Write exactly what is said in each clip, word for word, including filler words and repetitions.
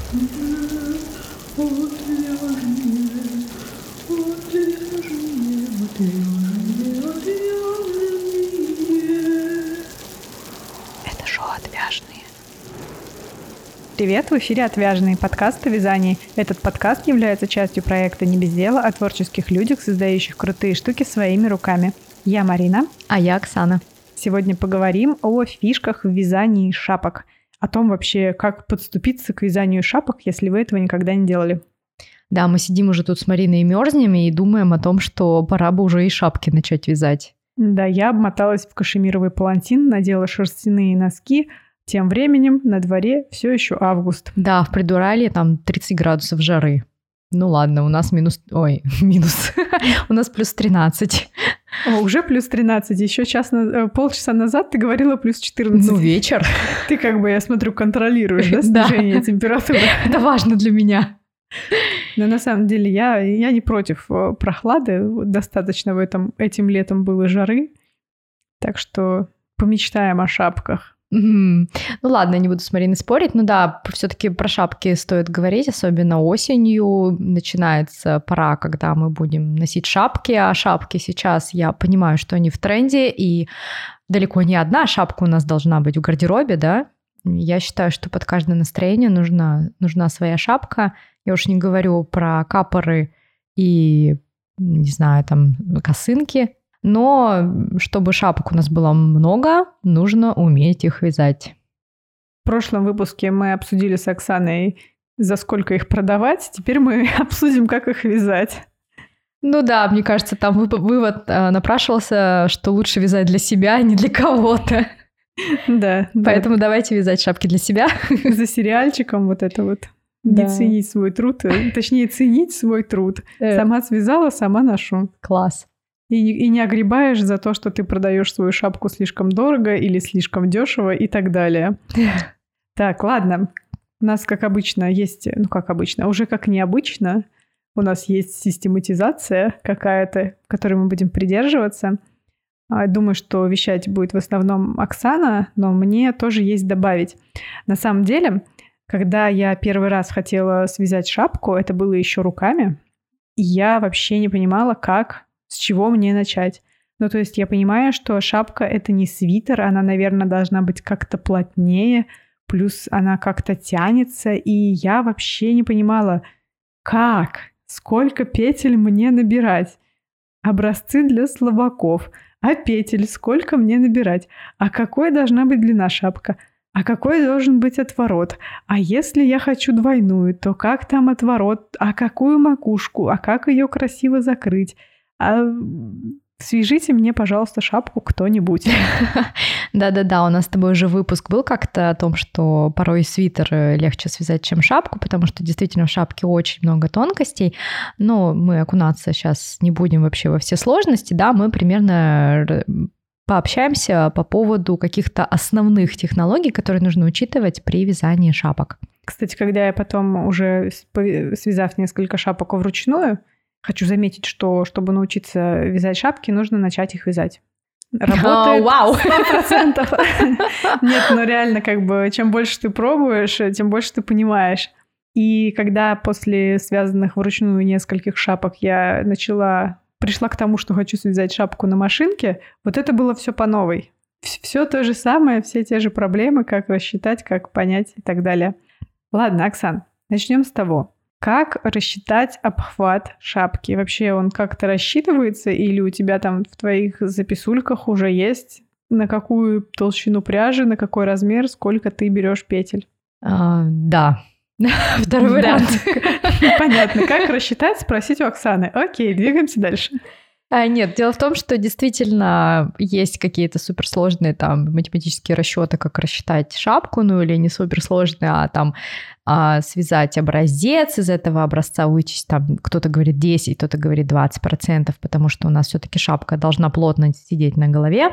Это шоу «Отвяжные». Привет, в эфире «Отвяжные», подкаст о вязании. Этот подкаст является частью проекта «Не без дела» о творческих людях, создающих крутые штуки своими руками. Я Марина. А я Оксана. Сегодня поговорим о фишках в вязании шапок. О том вообще, как подступиться к вязанию шапок, если вы этого никогда не делали. Да, мы сидим уже тут с Мариной и мерзнем и думаем о том, что пора бы уже и шапки начать вязать. Да, я обмоталась в кашемировый палантин, надела шерстяные носки. Тем временем на дворе все еще август. Да, в Придуралье там тридцать градусов жары. Ну ладно, у нас минус... Ой, минус. У нас плюс тринадцать. О, уже плюс тринадцать. Еще час на... полчаса назад ты говорила плюс четырнадцать. Ну, вечер. Ты как бы, я смотрю, контролируешь, да, снижение температуры? Это важно для меня. Но на самом деле я, я не против прохлады. Достаточно в этом, этим летом было жары. Так что помечтаем о шапках. Mm-hmm. Ну ладно, не буду с Мариной спорить. Ну да, все-таки про шапки стоит говорить, особенно осенью начинается пора, когда мы будем носить шапки, а шапки сейчас, я понимаю, что они в тренде, и далеко не одна шапка у нас должна быть в гардеробе, да? Я считаю, что под каждое настроение нужна, нужна своя шапка. Я уж не говорю про капоры и, не знаю, там, косынки. Но чтобы шапок у нас было много, нужно уметь их вязать. В прошлом выпуске мы обсудили с Оксаной, за сколько их продавать. Теперь мы обсудим, как их вязать. Ну да, мне кажется, там вывод напрашивался, что лучше вязать для себя, а не для кого-то. Да. Поэтому да. давайте вязать шапки для себя. За сериальчиком вот это вот. Да. Не ценить свой труд. Точнее, ценить свой труд. Сама связала, сама ношу. Класс. И не, и не огребаешь за то, что ты продаешь свою шапку слишком дорого или слишком дешево и так далее. Так, ладно. У нас, как обычно, есть... Ну, как обычно, уже как необычно. У нас есть систематизация какая-то, которой мы будем придерживаться. Думаю, что вещать будет в основном Оксана, но мне тоже есть добавить. На самом деле, когда я первый раз хотела связать шапку, это было еще руками, и я вообще не понимала, как... С чего мне начать? Ну, то есть я понимаю, что шапка — это не свитер, она, наверное, должна быть как-то плотнее, плюс она как-то тянется, и я вообще не понимала, как, сколько петель мне набирать, образцы для слабаков, а петель сколько мне набирать, а какой должна быть длина шапка, а какой должен быть отворот, а если я хочу двойную, то как там отворот, а какую макушку, а как ее красиво закрыть. А свяжите мне, пожалуйста, шапку кто-нибудь. Да-да-да, у нас с тобой уже выпуск был как-то о том, что порой свитер легче связать, чем шапку, потому что действительно в шапке очень много тонкостей. Но мы окунаться сейчас не будем вообще во все сложности, да, мы примерно пообщаемся по поводу каких-то основных технологий, которые нужно учитывать при вязании шапок. Кстати, когда я потом уже, связав несколько шапок вручную, хочу заметить, что чтобы научиться вязать шапки, нужно начать их вязать. Работает сто процентов. Нет, ну реально, как бы, чем больше ты пробуешь, тем больше ты понимаешь. И когда после связанных вручную нескольких шапок я начала, пришла к тому, что хочу связать шапку на машинке, вот это было все по новой. Все то же самое, все те же проблемы, как рассчитать, как понять и так далее. Ладно, Оксан, начнем с того. Как рассчитать обхват шапки? Вообще он как-то рассчитывается или у тебя там в твоих записульках уже есть на какую толщину пряжи, на какой размер, сколько ты берешь петель? А, да. Второй вариант. Понятно. Как рассчитать? Спросить у Оксаны. Окей, двигаемся дальше. А, нет, дело в том, что действительно есть какие-то суперсложные там математические расчеты, как рассчитать шапку, ну или не суперсложные, а там а, связать образец, из этого образца вычесть, там кто-то говорит десять, кто-то говорит двадцать процентов, потому что у нас все-таки шапка должна плотно сидеть на голове.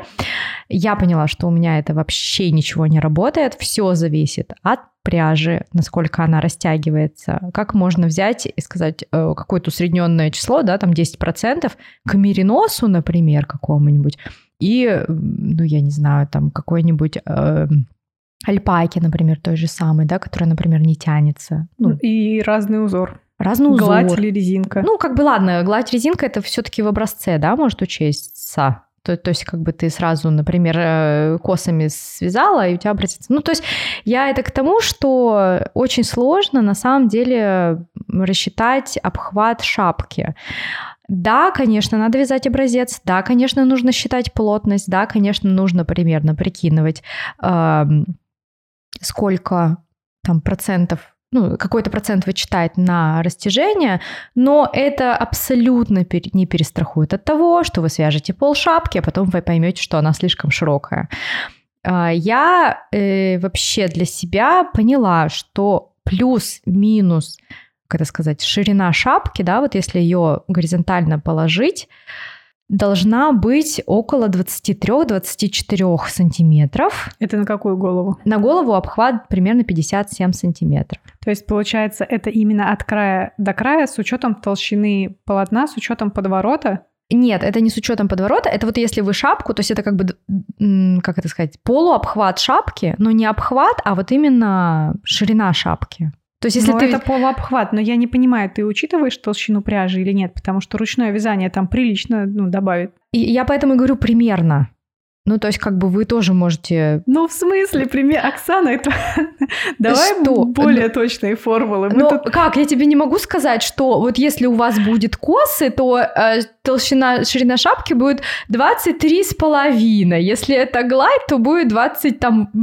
Я поняла, что у меня это вообще ничего не работает, все зависит от пряжи, насколько она растягивается. Как можно взять и сказать э, какое-то усредненное число, да, там десять процентов к мериносу, например, какому-нибудь, и, ну, я не знаю, там какой-нибудь э, альпаки, например, той же самой, да, которая, например, не тянется. Ну, и разный узор. Разный узор. Гладь или резинка. Ну, как бы, ладно, гладь, резинка, это все-таки в образце, да, может учесть-са. То, то есть, как бы ты сразу, например, косами связала, и у тебя образец. Ну, то есть, я это к тому, что очень сложно, на самом деле, рассчитать обхват шапки. Да, конечно, надо вязать образец, да, конечно, нужно считать плотность, да, конечно, нужно примерно прикидывать, э, сколько там процентов, ну, какой-то процент вычитать на растяжение, но это абсолютно не перестрахует от того, что вы свяжете пол шапки, а потом вы поймете, что она слишком широкая. Я э, вообще для себя поняла, что плюс-минус, как это сказать, ширина шапки, да, вот если ее горизонтально положить, должна быть около двадцать три - двадцать четыре сантиметров. Это на какую голову? На голову обхват примерно пятьдесят семь сантиметров. То есть, получается, это именно от края до края с учетом толщины полотна, с учетом подворота? Нет, это не с учетом подворота. Это вот если вы шапку, то есть это как бы, как это сказать, полуобхват шапки, но не обхват, а вот именно ширина шапки. То есть, если ну, ты... это полуобхват, но я не понимаю, ты учитываешь толщину пряжи или нет, потому что ручное вязание там прилично, ну, добавит. И я поэтому и говорю примерно. Ну, то есть, как бы вы тоже можете... Ну, в смысле, пример... Оксана, это... Давай что? более ну, точные формулы. Ну, тут... как? Я тебе не могу сказать, что вот если у вас будет косы, то э, толщина, ширина шапки будет двадцать три с половиной. Если это гладь, то будет двадцать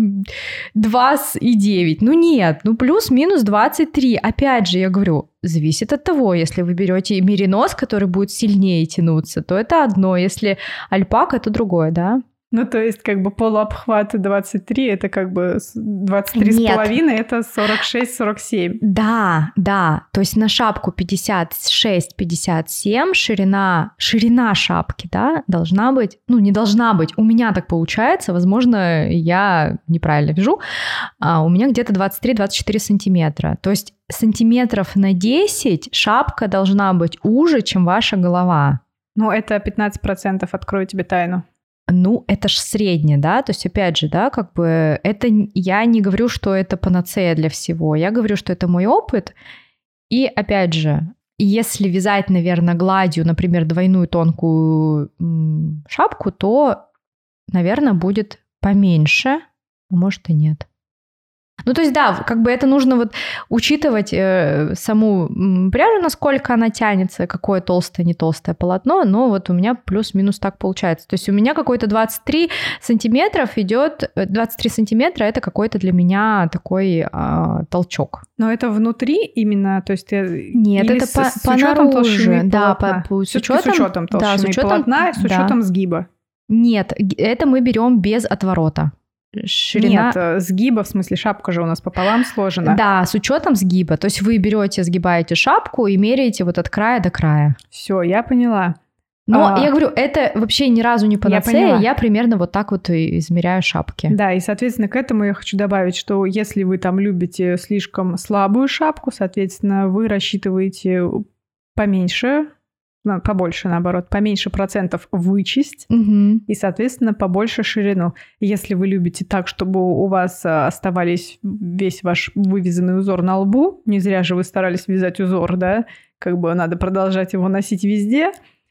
два и девять. Ну, нет, ну, плюс-минус двадцать три. Опять же, я говорю, зависит от того, если вы берете меринос, который будет сильнее тянуться, то это одно. Если альпака, то другое, да? Ну, то есть, как бы полуобхват двадцать три, это как бы двадцать три с половиной, это сорок шесть - сорок семь. Да, да. То есть на шапку пятьдесят шесть - пятьдесят семь ширина, ширина шапки, да, должна быть, ну, не должна быть. У меня так получается, возможно, я неправильно вяжу. А у меня где-то двадцать три - двадцать четыре сантиметра. То есть сантиметров на десять шапка должна быть уже, чем ваша голова. Ну, это пятнадцать процентов, открою тебе тайну. Ну, это ж среднее, да, то есть, опять же, да, как бы это, я не говорю, что это панацея для всего, я говорю, что это мой опыт, и, опять же, если вязать, наверное, гладью, например, двойную тонкую шапку, то, наверное, будет поменьше, а может и нет. Ну, то есть, да, как бы это нужно вот учитывать э, саму пряжу, насколько она тянется, какое толстое, не толстое полотно, но вот у меня плюс-минус так получается. То есть у меня какой-то двадцать три сантиметров идет, двадцать три сантиметра это какой-то для меня такой э, толчок. Но это внутри именно, то есть ты... Нет, это с, по, с учетом толщины да, полотна? По, по, с, учетом, с учетом толщины да, с учетом, полотна, с учетом да. сгиба? Нет, это мы берем без отворота. Ширина... Нет, сгиба, в смысле шапка же у нас пополам сложена. Да, с учетом сгиба. То есть вы берете, сгибаете шапку и меряете вот от края до края. Все, я поняла. Но а... я говорю, это вообще ни разу не панацея, я, я примерно вот так вот и измеряю шапки. Да, и, соответственно, к этому я хочу добавить, что если вы там любите слишком слабую шапку, соответственно, вы рассчитываете поменьше, побольше, наоборот, поменьше процентов вычесть угу. и, соответственно, побольше ширину. Если вы любите так, чтобы у вас оставались весь ваш вывязанный узор на лбу, не зря же вы старались вязать узор, да, как бы надо продолжать его носить везде,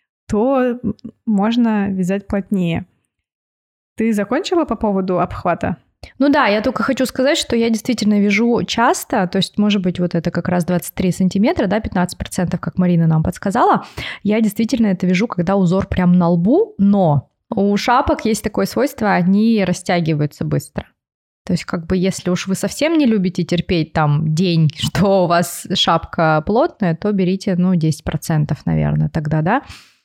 то можно вязать плотнее. Ты закончила по поводу обхвата? Ну да, я только хочу сказать, что я действительно вяжу часто, то есть, может быть, вот это как раз двадцать три сантиметра, да, пятнадцать процентов, как Марина нам подсказала. Я действительно это вяжу, когда узор прям на лбу, но у шапок есть такое свойство, они растягиваются быстро. То есть, как бы, если уж вы совсем не любите терпеть там день, что у вас шапка плотная, то берите, ну, десять процентов, наверное, тогда, да.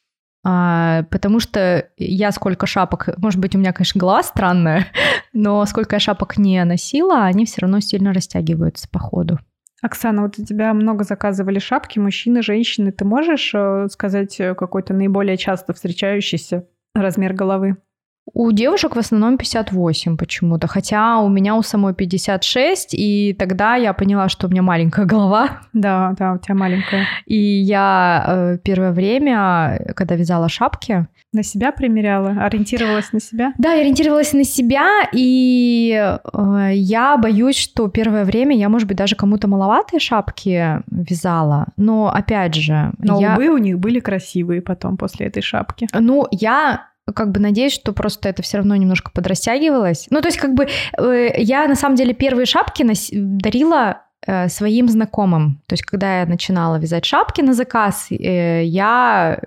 А, потому что я сколько шапок, может быть, у меня, конечно, голова странная, но сколько я шапок не носила, они все равно сильно растягиваются по ходу. Оксана, вот у тебя много заказывали шапки, мужчины, женщины. Ты можешь сказать какой-то наиболее часто встречающийся размер головы? У девушек в основном пятьдесят восемь почему-то, хотя у меня у самой пятьдесят шесть, и тогда я поняла, что у меня маленькая голова. Да, да, у тебя маленькая. И я э, первое время, когда вязала шапки... На себя примеряла? Ориентировалась на себя? Да, я ориентировалась на себя, и э, я боюсь, что первое время я, может быть, даже кому-то маловатые шапки вязала, но опять же... Но я... лбы у них были красивые потом после этой шапки. Ну, я... как бы надеюсь, что просто это все равно немножко подрастягивалось. Ну, то есть как бы э, я на самом деле первые шапки нос... дарила э, своим знакомым. То есть когда я начинала вязать шапки на заказ, э, я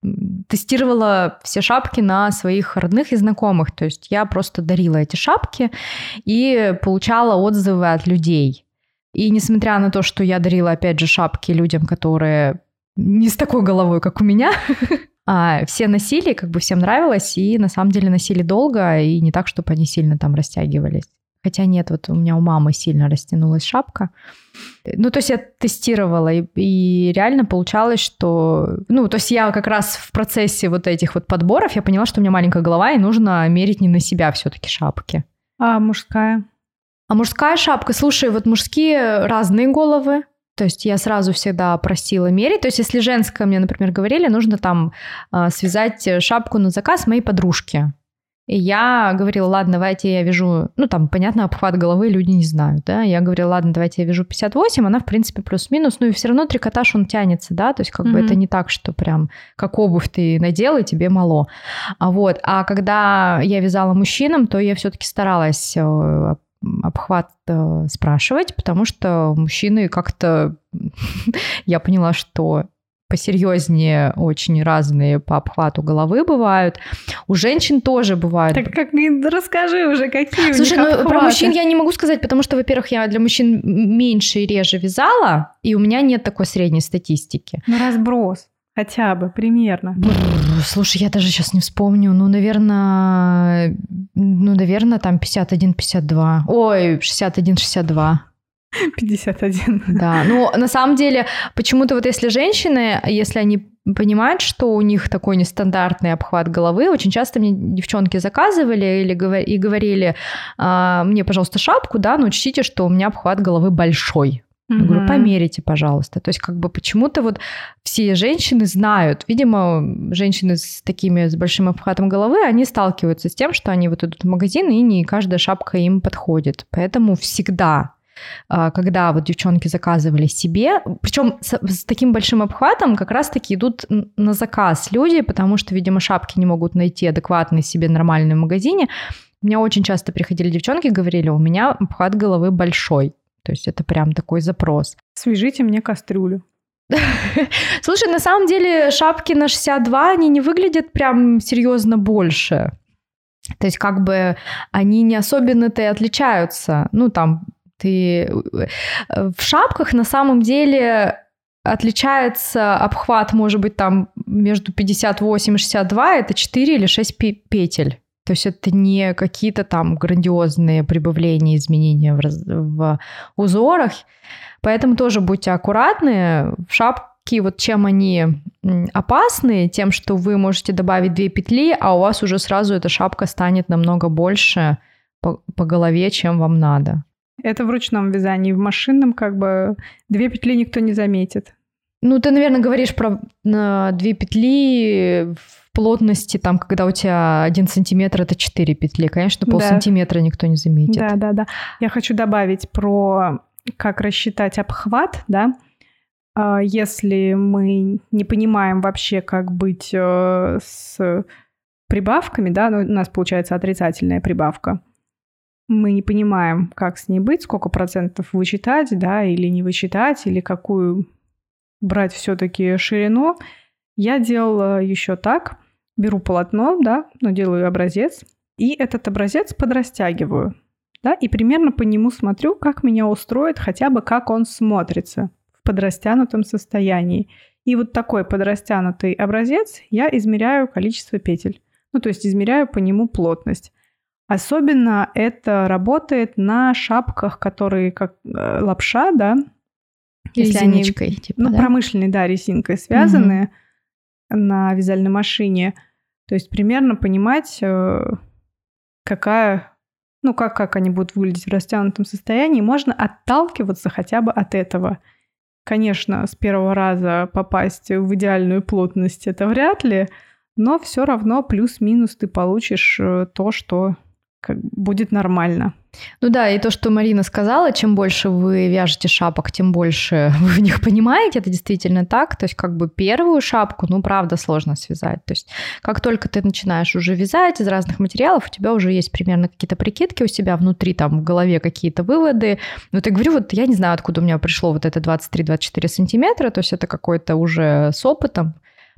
тестировала все шапки на своих родных и знакомых. То есть я просто дарила эти шапки и получала отзывы от людей. И несмотря на то, что я дарила, опять же, шапки людям, которые не с такой головой, как у меня, А, все носили, как бы всем нравилось, и на самом деле носили долго, и не так, чтобы они сильно там растягивались. Хотя нет, вот у меня у мамы сильно растянулась шапка. Ну, то есть я тестировала, и, и реально получалось, что... Ну, то есть я как раз в процессе вот этих вот подборов, я поняла, что у меня маленькая голова, и нужно мерить не на себя все-таки шапки. А мужская? А мужская шапка, слушай, вот мужские разные головы. То есть я сразу всегда просила мерить. То есть если женская, мне, например, говорили, нужно там э, связать шапку на заказ моей подружки. И я говорила, ладно, давайте я вяжу... Ну, там, понятно, обхват головы люди не знают, да. Я говорила, ладно, давайте я вяжу пятьдесят восемь, она, в принципе, плюс-минус. Ну, и все равно трикотаж, он тянется, да. То есть как mm-hmm. бы это не так, что прям как обувь ты надела, и тебе мало. А вот. А когда я вязала мужчинам, то я все-таки старалась... Э, обхват э, спрашивать, потому что мужчины как-то... Я поняла, что посерьезнее очень разные по обхвату головы бывают. У женщин тоже бывают. Так как расскажи уже, какие Слушай, у них ну обхваты. Про мужчин я не могу сказать, потому что, во-первых, я для мужчин меньше и реже вязала, и у меня нет такой средней статистики. Ну, разброс. Хотя бы, примерно. Слушай, я даже сейчас не вспомню. Ну, наверное, ну, наверное, там пятьдесят один пятьдесят два. Ой, шестьдесят один шестьдесят два. пятьдесят один. Да, ну, на самом деле, почему-то вот если женщины, если они понимают, что у них такой нестандартный обхват головы, очень часто мне девчонки заказывали или говор- и говорили, а, мне, пожалуйста, шапку, да, но учтите, что у меня обхват головы большой. Я говорю, померите, пожалуйста. То есть как бы почему-то вот все женщины знают, видимо, женщины с такими, с большим обхватом головы, они сталкиваются с тем, что они вот идут в магазин, и не каждая шапка им подходит. Поэтому всегда, когда вот девчонки заказывали себе, причем с, с таким большим обхватом как раз-таки идут на заказ люди, потому что, видимо, шапки не могут найти адекватные себе нормальные в магазине. У меня очень часто приходили девчонки и говорили, у меня обхват головы большой. То есть это прям такой запрос. Свяжите мне кастрюлю. Слушай, на самом деле шапки на шестьдесят два, они не выглядят прям серьезно больше. То есть как бы они не особенно-то и отличаются. Ну там ты... В шапках на самом деле отличается обхват, может быть, там между пятьдесят восемь и шестьдесят два, это четыре или шесть петель. То есть это не какие-то там грандиозные прибавления, изменения в, раз... в узорах. Поэтому тоже будьте аккуратны. В шапке, вот чем они опасны, тем, что вы можете добавить две петли, а у вас уже сразу эта шапка станет намного больше по, по голове, чем вам надо. Это в ручном вязании. В машинном как бы две петли никто не заметит. Ну, ты, наверное, говоришь про две петли в плотности, там, когда у тебя один сантиметр, это четыре петли. Конечно, полсантиметра да. никто не заметит. Да, да, да. Я хочу добавить про как рассчитать обхват, да. Если мы не понимаем вообще, как быть с прибавками, да, ну, у нас получается отрицательная прибавка, мы не понимаем, как с ней быть, сколько процентов вычитать, да, или не вычитать, или какую брать все-таки ширину. Я делала еще так. Беру полотно, да, ну, делаю образец, и этот образец подрастягиваю, да, и примерно по нему смотрю, как меня устроит, хотя бы как он смотрится в подрастянутом состоянии. И вот такой подрастянутый образец я измеряю количество петель. Ну, то есть измеряю по нему плотность. Особенно это работает на шапках, которые как э, лапша, да. Резиночкой, они, типа, ну, да? промышленной, да, резинкой связаны угу. на вязальной машине. То есть примерно понимать, какая, ну, как, как они будут выглядеть в растянутом состоянии, можно отталкиваться хотя бы от этого. Конечно, с первого раза попасть в идеальную плотность это вряд ли, но все равно плюс-минус ты получишь то, что как будет нормально. Ну да, и то, что Марина сказала, чем больше вы вяжете шапок, тем больше вы в них понимаете, это действительно так. То есть как бы первую шапку, ну правда, сложно связать. То есть как только ты начинаешь уже вязать из разных материалов, у тебя уже есть примерно какие-то прикидки у себя внутри, там в голове какие-то выводы. Вот я говорю, вот я не знаю, откуда у меня пришло вот это двадцать три - двадцать четыре сантиметра, то есть это какой-то уже с опытом.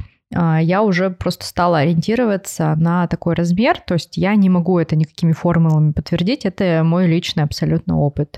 Я уже просто стала ориентироваться на такой размер, то есть я не могу это никакими формулами подтвердить, это мой личный абсолютно опыт.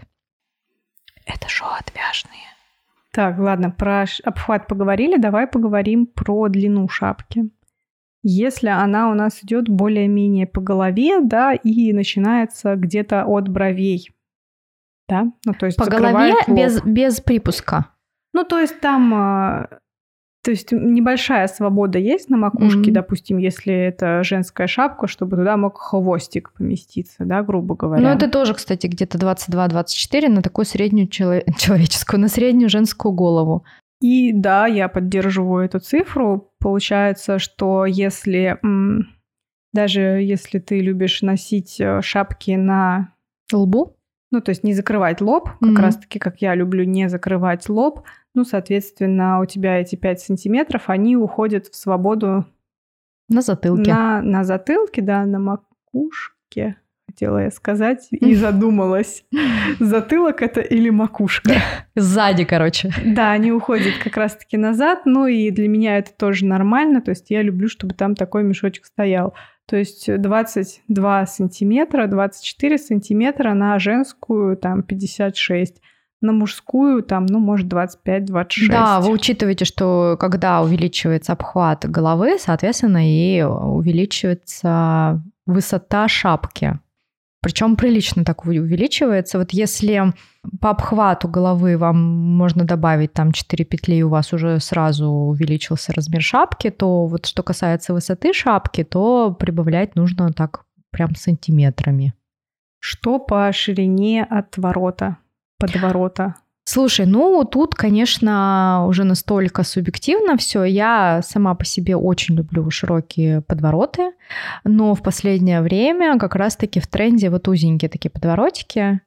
Это шоу отвяжные. Так, ладно, про обхват поговорили, давай поговорим про длину шапки. Если она у нас идет более-менее по голове, да, и начинается где-то от бровей, да, ну то есть по голове без, без припуска. Ну то есть там... То есть небольшая свобода есть на макушке, mm-hmm. допустим, если это женская шапка, чтобы туда мог хвостик поместиться, да, грубо говоря. Ну, это тоже, кстати, где-то двадцать два - двадцать четыре на такую среднюю чело- человеческую, на среднюю женскую голову. И да, я поддерживаю эту цифру. Получается, что если, м- даже если ты любишь носить шапки на... лбу? Ну, то есть не закрывать лоб, как mm-hmm. раз-таки, как я люблю не закрывать лоб, ну, соответственно, у тебя эти пять сантиметров, они уходят в свободу... На затылке. На, на затылке, да, на макушке, хотела я сказать, и задумалась. Затылок это или макушка? Сзади, короче. Да, они уходят как раз-таки назад, ну и для меня это тоже нормально, то есть я люблю, чтобы там такой мешочек стоял. То есть двадцать два сантиметра, двадцать четыре сантиметра на женскую, там, пятьдесят шесть. На мужскую, там, ну, может, двадцать пять - двадцать шесть. Да, вы учитываете, что когда увеличивается обхват головы, соответственно, и увеличивается высота шапки. Причем прилично так увеличивается. Вот если по обхвату головы вам можно добавить там четыре петли, и у вас уже сразу увеличился размер шапки, то вот что касается высоты шапки, то прибавлять нужно так прям сантиметрами. Что по ширине отворота? Подворота. Слушай, ну тут, конечно, уже настолько субъективно все. Я сама по себе очень люблю широкие подвороты, но в последнее время как раз-таки в тренде вот узенькие такие подворотики.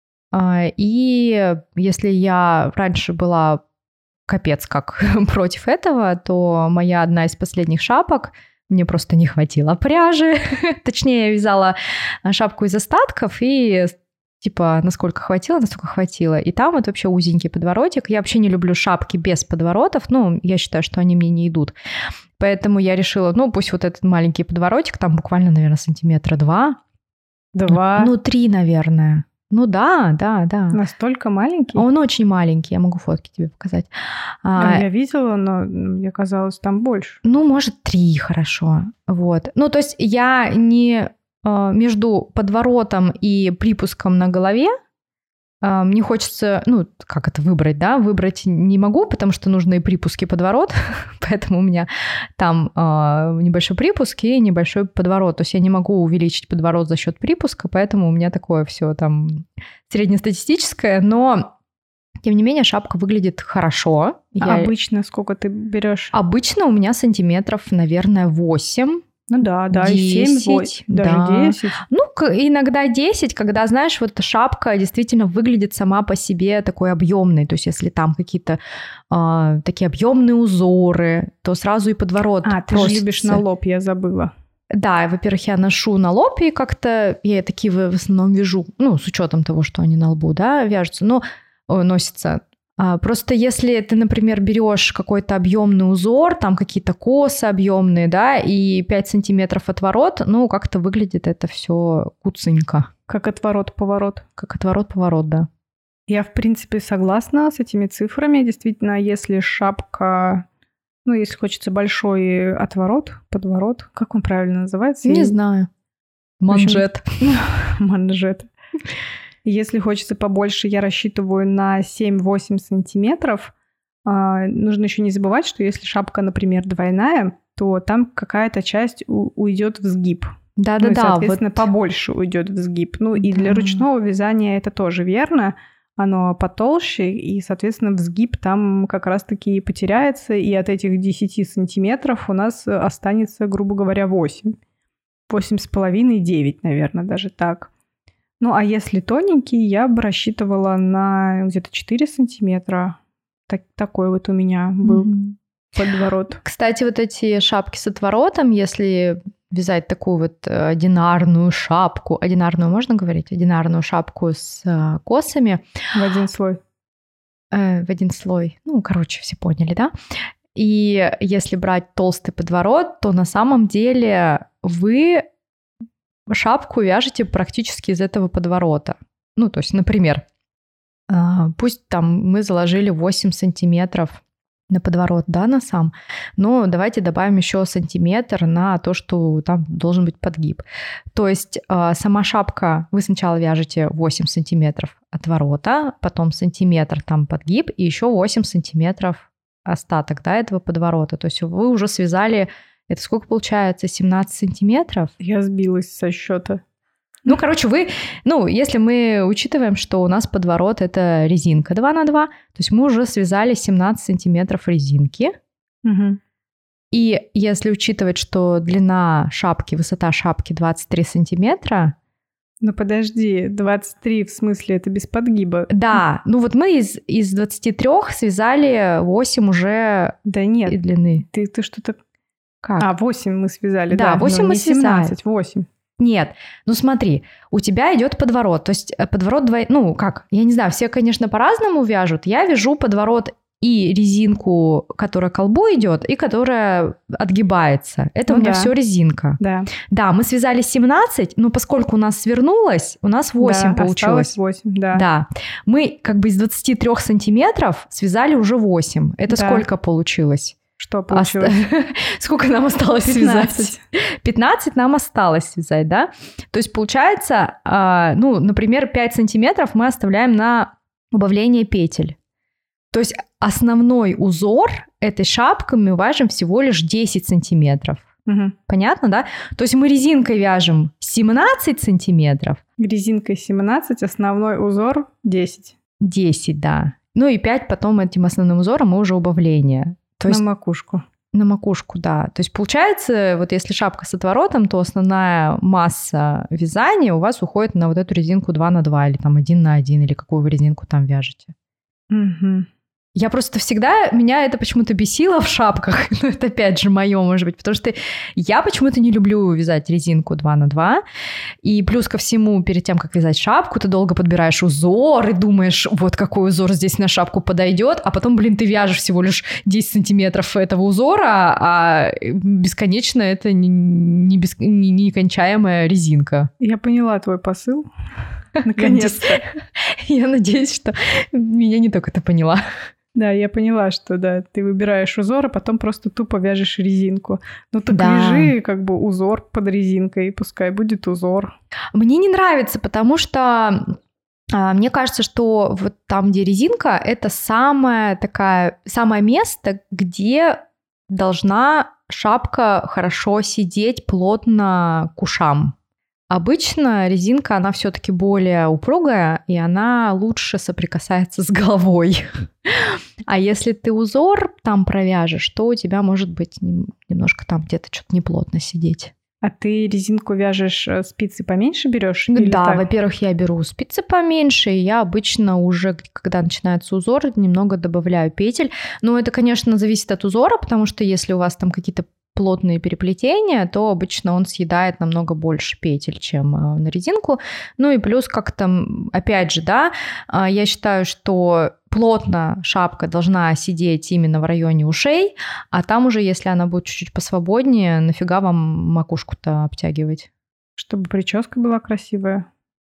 И если я раньше была капец как против этого, то моя одна из последних шапок, мне просто не хватило пряжи. Точнее, я вязала шапку из остатков и... Типа, насколько хватило, настолько хватило. И там вот вообще узенький подворотик. Я вообще не люблю шапки без подворотов. Ну, я считаю, что они мне не идут. Поэтому я решила, ну, пусть вот этот маленький подворотик, там буквально, наверное, сантиметра два. Два? Ну, три, наверное. Ну, да, да, да. Настолько маленький? Он очень маленький, я могу фотки тебе показать. А, а, я видела, но мне казалось, там больше. Ну, может, три, хорошо. Вот. Ну, то есть я не... Между подворотом и припуском на голове мне хочется, ну, как это выбрать, да? Выбрать не могу, потому что нужны и припуск, и подворот, поэтому у меня там небольшой припуск и небольшой подворот. То есть я не могу увеличить подворот за счет припуска, поэтому у меня такое все там среднестатистическое, но... Тем не менее, шапка выглядит хорошо. А я... обычно сколько ты берешь? Обычно у меня сантиметров, наверное, восемь. Ну да, да, десять, семь, восемь, даже да. десять. Ну, иногда десять, когда, знаешь, вот шапка действительно выглядит сама по себе такой объемной. То есть если там какие-то э, такие объемные узоры, то сразу и подворот А, ты просится. же любишь на лоб, я забыла. Да, во-первых, я ношу на лоб, и как-то я такие в основном вяжу, ну, с учетом того, что они на лбу, да, вяжутся, но о, носятся. Просто если ты, например, берешь какой-то объемный узор, там какие-то косы объемные, да, и пять сантиметров отворот, ну, как-то выглядит это все куценько. Как отворот-поворот. Как отворот-поворот, да. Я, в принципе, согласна с этими цифрами. Действительно, если шапка, ну, если хочется большой отворот, подворот, как он правильно называется? Не знаю. Манжет. Манжет. Если хочется побольше, я рассчитываю на семь-восемь сантиметров. А, нужно еще не забывать, что если шапка, например, двойная, то там какая-то часть у- уйдет в сгиб. Да-да-да. Ну, и, соответственно, вот... побольше уйдет в сгиб. Ну, и для Да. ручного вязания это тоже верно. Оно потолще, и, соответственно, в сгиб там как раз-таки и потеряется, и от этих десяти сантиметров у нас останется, грубо говоря, восемь. Восемь с половиной, девять, наверное, даже так. Ну, а если тоненький, я бы рассчитывала на где-то четыре сантиметра. Так, такой вот у меня был mm-hmm. подворот. Кстати, вот эти шапки с отворотом, если вязать такую вот одинарную шапку, одинарную можно говорить? Одинарную шапку с косами. В один слой. Э, в один слой. Ну, короче, все поняли, да? И если брать толстый подворот, то на самом деле вы шапку вяжете практически из этого подворота. Ну, то есть, например, пусть там мы заложили восемь сантиметров на подворот, да, на сам, но давайте добавим еще сантиметр на то, что там должен быть подгиб. То есть сама шапка, вы сначала вяжете восемь сантиметров отворота, потом сантиметр там подгиб и еще восемь сантиметров остаток, да, этого подворота. То есть вы уже связали, это сколько получается, семнадцать сантиметров? Я сбилась со счета. Ну, короче, вы, ну, если мы учитываем, что у нас подворот это резинка два на два, то есть мы уже связали семнадцать сантиметров резинки. Угу. И если учитывать, что длина шапки, высота шапки двадцать три сантиметра... Ну, подожди, двадцать три в смысле это без подгиба? Да, ну вот мы из, из двадцати трёх связали восемь уже да нет, и длины. Ты, ты что-то... Как? А, восемь мы связали, да. Да, восемь мы связали. семнадцать, восемь. Нет, ну смотри, у тебя идет подворот, то есть подворот двой... Ну как, я не знаю, все, конечно, по-разному вяжут. Я вяжу подворот и резинку, которая к колбу идет, и которая отгибается. Это ну у меня да. все резинка. Да. Да, мы связали семнадцать, но поскольку у нас свернулось, у нас восемь да, получилось. восемь, да. Да. Мы как бы из двадцати трёх сантиметров связали уже восемь. Это да. сколько получилось? Что получилось? Сколько нам осталось пятнадцать. связать? пятнадцать нам осталось связать, да? То есть получается, ну, например, пять сантиметров мы оставляем на убавление петель. То есть основной узор этой шапки мы вяжем всего лишь десять сантиметров. Угу. Понятно, да? То есть мы резинкой вяжем семнадцать сантиметров. Резинкой семнадцать, основной узор десять. десять, да. Ну и пять потом этим основным узором мы уже убавление. То есть, на макушку. На макушку, да. То есть получается, вот если шапка с отворотом, то основная масса вязания у вас уходит на вот эту резинку два на два или там один на один, или какую вы резинку там вяжете. Угу. Я просто всегда, меня это почему-то бесило в шапках, ну это опять же мое, может быть, потому что я почему-то не люблю вязать резинку два на два, и плюс ко всему, перед тем, как вязать шапку, ты долго подбираешь узор и думаешь, вот какой узор здесь на шапку подойдет, а потом, блин, ты вяжешь всего лишь десять сантиметров этого узора, а бесконечно это не, не, бес, не, не кончаемая резинка. Я поняла твой посыл. Наконец-то. Я надеюсь, что меня не только ты поняла. Да, я поняла, что да, ты выбираешь узор, а потом просто тупо вяжешь резинку. Ну так да. вяжи как бы узор под резинкой, пускай будет узор. Мне не нравится, потому что а, мне кажется, что вот там, где резинка, это самое такая, самое место, где должна шапка хорошо сидеть плотно к ушам. Обычно резинка, она все-таки более упругая, и она лучше соприкасается с головой. А если ты узор там провяжешь, то у тебя может быть немножко там где-то что-то неплотно сидеть. А ты резинку вяжешь, спицы поменьше берешь? Да, во-первых, я беру спицы поменьше, и я обычно уже, когда начинается узор, немного добавляю петель. Но это, конечно, зависит от узора, потому что если у вас там какие-то плотные переплетения, то обычно он съедает намного больше петель, чем на резинку. Ну и плюс как-то, опять же, да, я считаю, что плотно шапка должна сидеть именно в районе ушей, а там уже, если она будет чуть-чуть посвободнее, нафига вам макушку-то обтягивать? Чтобы прическа была красивая.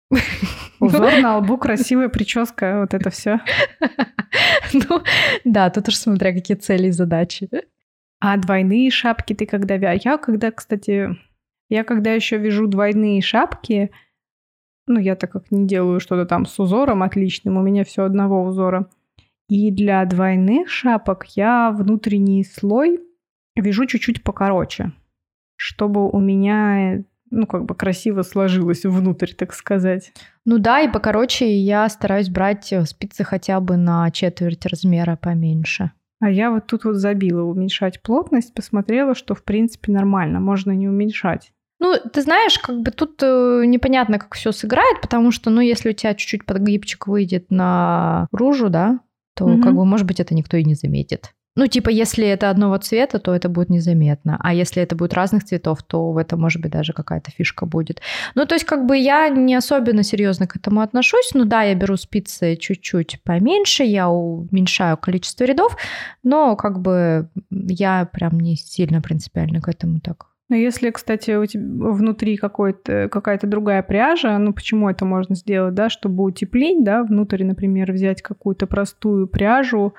Узор на лбу, красивая прическа, вот это все. Ну, да, тут уж смотря какие цели и задачи. А двойные шапки ты когда вяжешь? Я когда, кстати, я когда еще вяжу двойные шапки, ну, я так как не делаю что-то там с узором отличным, у меня все одного узора. И для двойных шапок я внутренний слой вяжу чуть-чуть покороче, чтобы у меня ну, как бы красиво сложилось внутрь, так сказать. Ну да, и покороче я стараюсь брать спицы хотя бы на четверть размера поменьше. А я вот тут вот забила уменьшать плотность, посмотрела, что в принципе нормально, можно не уменьшать. Ну, ты знаешь, как бы тут э, непонятно, как все сыграет, потому что, ну, если у тебя чуть-чуть подгибчик выйдет наружу, да, то, Мгм. как бы, может быть, это никто и не заметит. Ну, типа, если это одного цвета, то это будет незаметно. А если это будет разных цветов, то в этом, может быть, даже какая-то фишка будет. Ну, то есть, как бы, я не особенно серьезно к этому отношусь. Ну, да, я беру спицы чуть-чуть поменьше, я уменьшаю количество рядов, но, как бы, я прям не сильно принципиально к этому так. Но если, кстати, у тебя внутри какой-то, какая-то другая пряжа, ну почему это можно сделать, да, чтобы утеплить, да, внутрь, например, взять какую-то простую пряжу,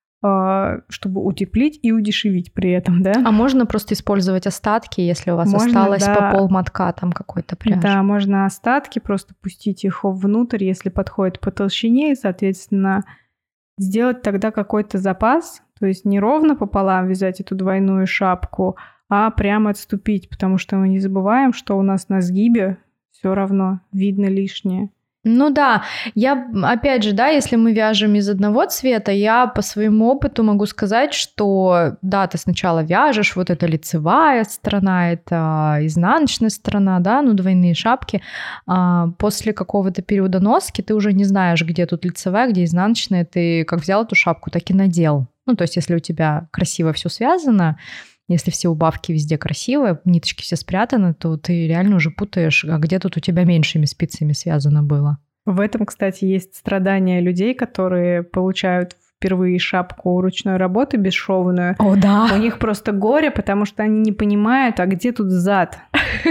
э, чтобы утеплить и удешевить при этом, да? А можно просто использовать остатки, если у вас Можно, осталось да. по полмотка там какой-то пряжи. Да, можно остатки просто пустить их внутрь, если подходит по толщине, и, соответственно, сделать тогда какой-то запас, то есть не ровно пополам вязать эту двойную шапку, а прямо отступить, потому что мы не забываем, что у нас на сгибе все равно видно лишнее. Ну да, я, опять же, да, если мы вяжем из одного цвета, я по своему опыту могу сказать, что, да, ты сначала вяжешь, вот это лицевая сторона, это изнаночная сторона, да, ну, двойные шапки, а после какого-то периода носки ты уже не знаешь, где тут лицевая, где изнаночная, ты как взял эту шапку, так и надел. Ну, то есть, если у тебя красиво все связано, если все убавки везде красивые, ниточки все спрятаны, то ты реально уже путаешь, а где тут у тебя меньшими спицами связано было. В этом, кстати, есть страдания людей, которые получают впервые шапку ручной работы бесшовную. О, да. У них просто горе, потому что они не понимают, а где тут зад?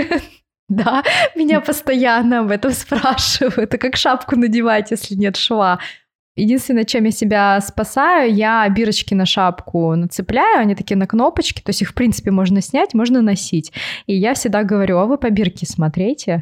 Да, меня постоянно об этом спрашивают. Это как шапку надевать, если нет шва. Единственное, чем я себя спасаю, я бирочки на шапку нацепляю, они такие на кнопочки, то есть их, в принципе, можно снять, можно носить. И я всегда говорю, а вы по бирке смотрите.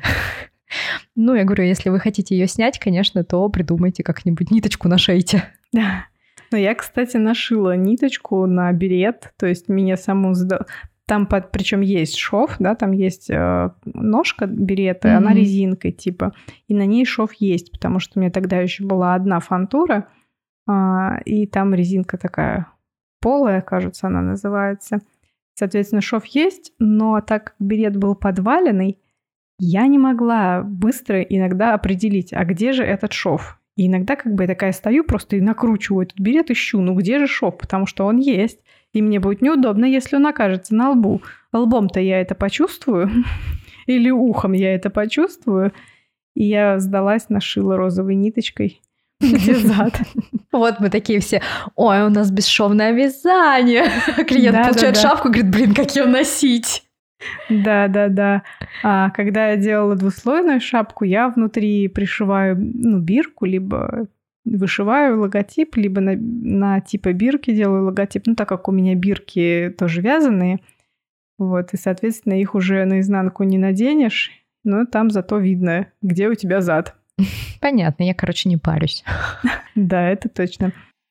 Ну, я говорю, если вы хотите ее снять, конечно, то придумайте как-нибудь, ниточку нашейте. Да. Ну, я, кстати, нашила ниточку на берет, то есть меня саму... Сда... Там, под, причем есть шов, да, там есть э, ножка берета, mm-hmm. она резинкой типа, и на ней шов есть, потому что у меня тогда еще была одна фантура, э, и там резинка такая полая, кажется, она называется. Соответственно, шов есть, но так как берет был подваленный, я не могла быстро иногда определить, а где же этот шов. И иногда как бы я такая стою, просто и накручиваю этот берет, ищу, ну где же шов, потому что он есть. И мне будет неудобно, если он окажется на лбу. Лбом-то я это почувствую, или ухом я это почувствую. И я сдалась, нашила розовой ниточкой, где зад. Вот мы такие все, ой, у нас бесшовное вязание. Клиент да, получает да, да. шапку, говорит, блин, как ее носить? Да-да-да. А когда я делала двуслойную шапку, я внутри пришиваю ну, бирку, либо... вышиваю логотип, либо на, на типа бирки делаю логотип, ну, так как у меня бирки тоже вязаные, вот, и, соответственно, их уже наизнанку не наденешь, но там зато видно, где у тебя зад. Понятно, я, короче, не парюсь. Да, это точно.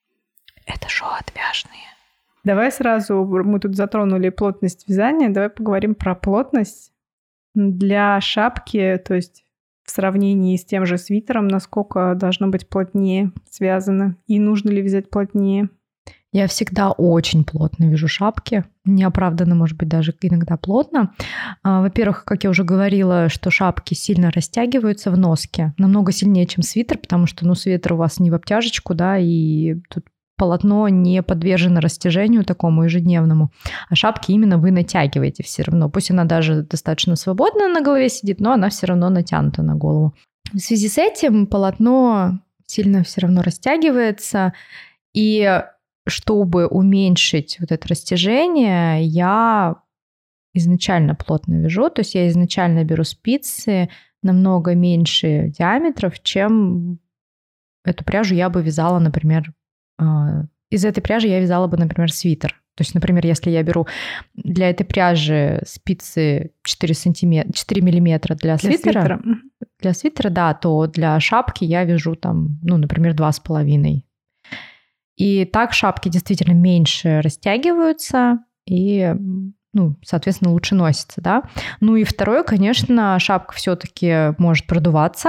Это шо отвяжные. Давай сразу, мы тут затронули плотность вязания, давай поговорим про плотность для шапки, то есть в сравнении с тем же свитером, насколько должно быть плотнее связано, и нужно ли вязать плотнее? Я всегда очень плотно вяжу шапки, неоправданно, может быть, даже иногда плотно. Во-первых, как я уже говорила, что шапки сильно растягиваются в носке, намного сильнее, чем свитер, потому что, ну, свитер у вас не в обтяжечку, да, и тут полотно не подвержено растяжению такому ежедневному, а шапки именно вы натягиваете все равно. Пусть она даже достаточно свободно на голове сидит, но она все равно натянута на голову. В связи с этим полотно сильно все равно растягивается, и чтобы уменьшить вот это растяжение, я изначально плотно вяжу, то есть я изначально беру спицы намного меньше диаметров, чем эту пряжу я бы вязала, например, из этой пряжи я вязала бы, например, свитер. То есть, например, если я беру для этой пряжи спицы четыре сантиметра, четыре миллиметра для, для свитера, свитера, для свитера, да, то для шапки я вяжу там, ну, например, два с половиной. И так шапки действительно меньше растягиваются, и, ну, соответственно, лучше носится, да. Ну и второе, конечно, шапка все-таки может продуваться,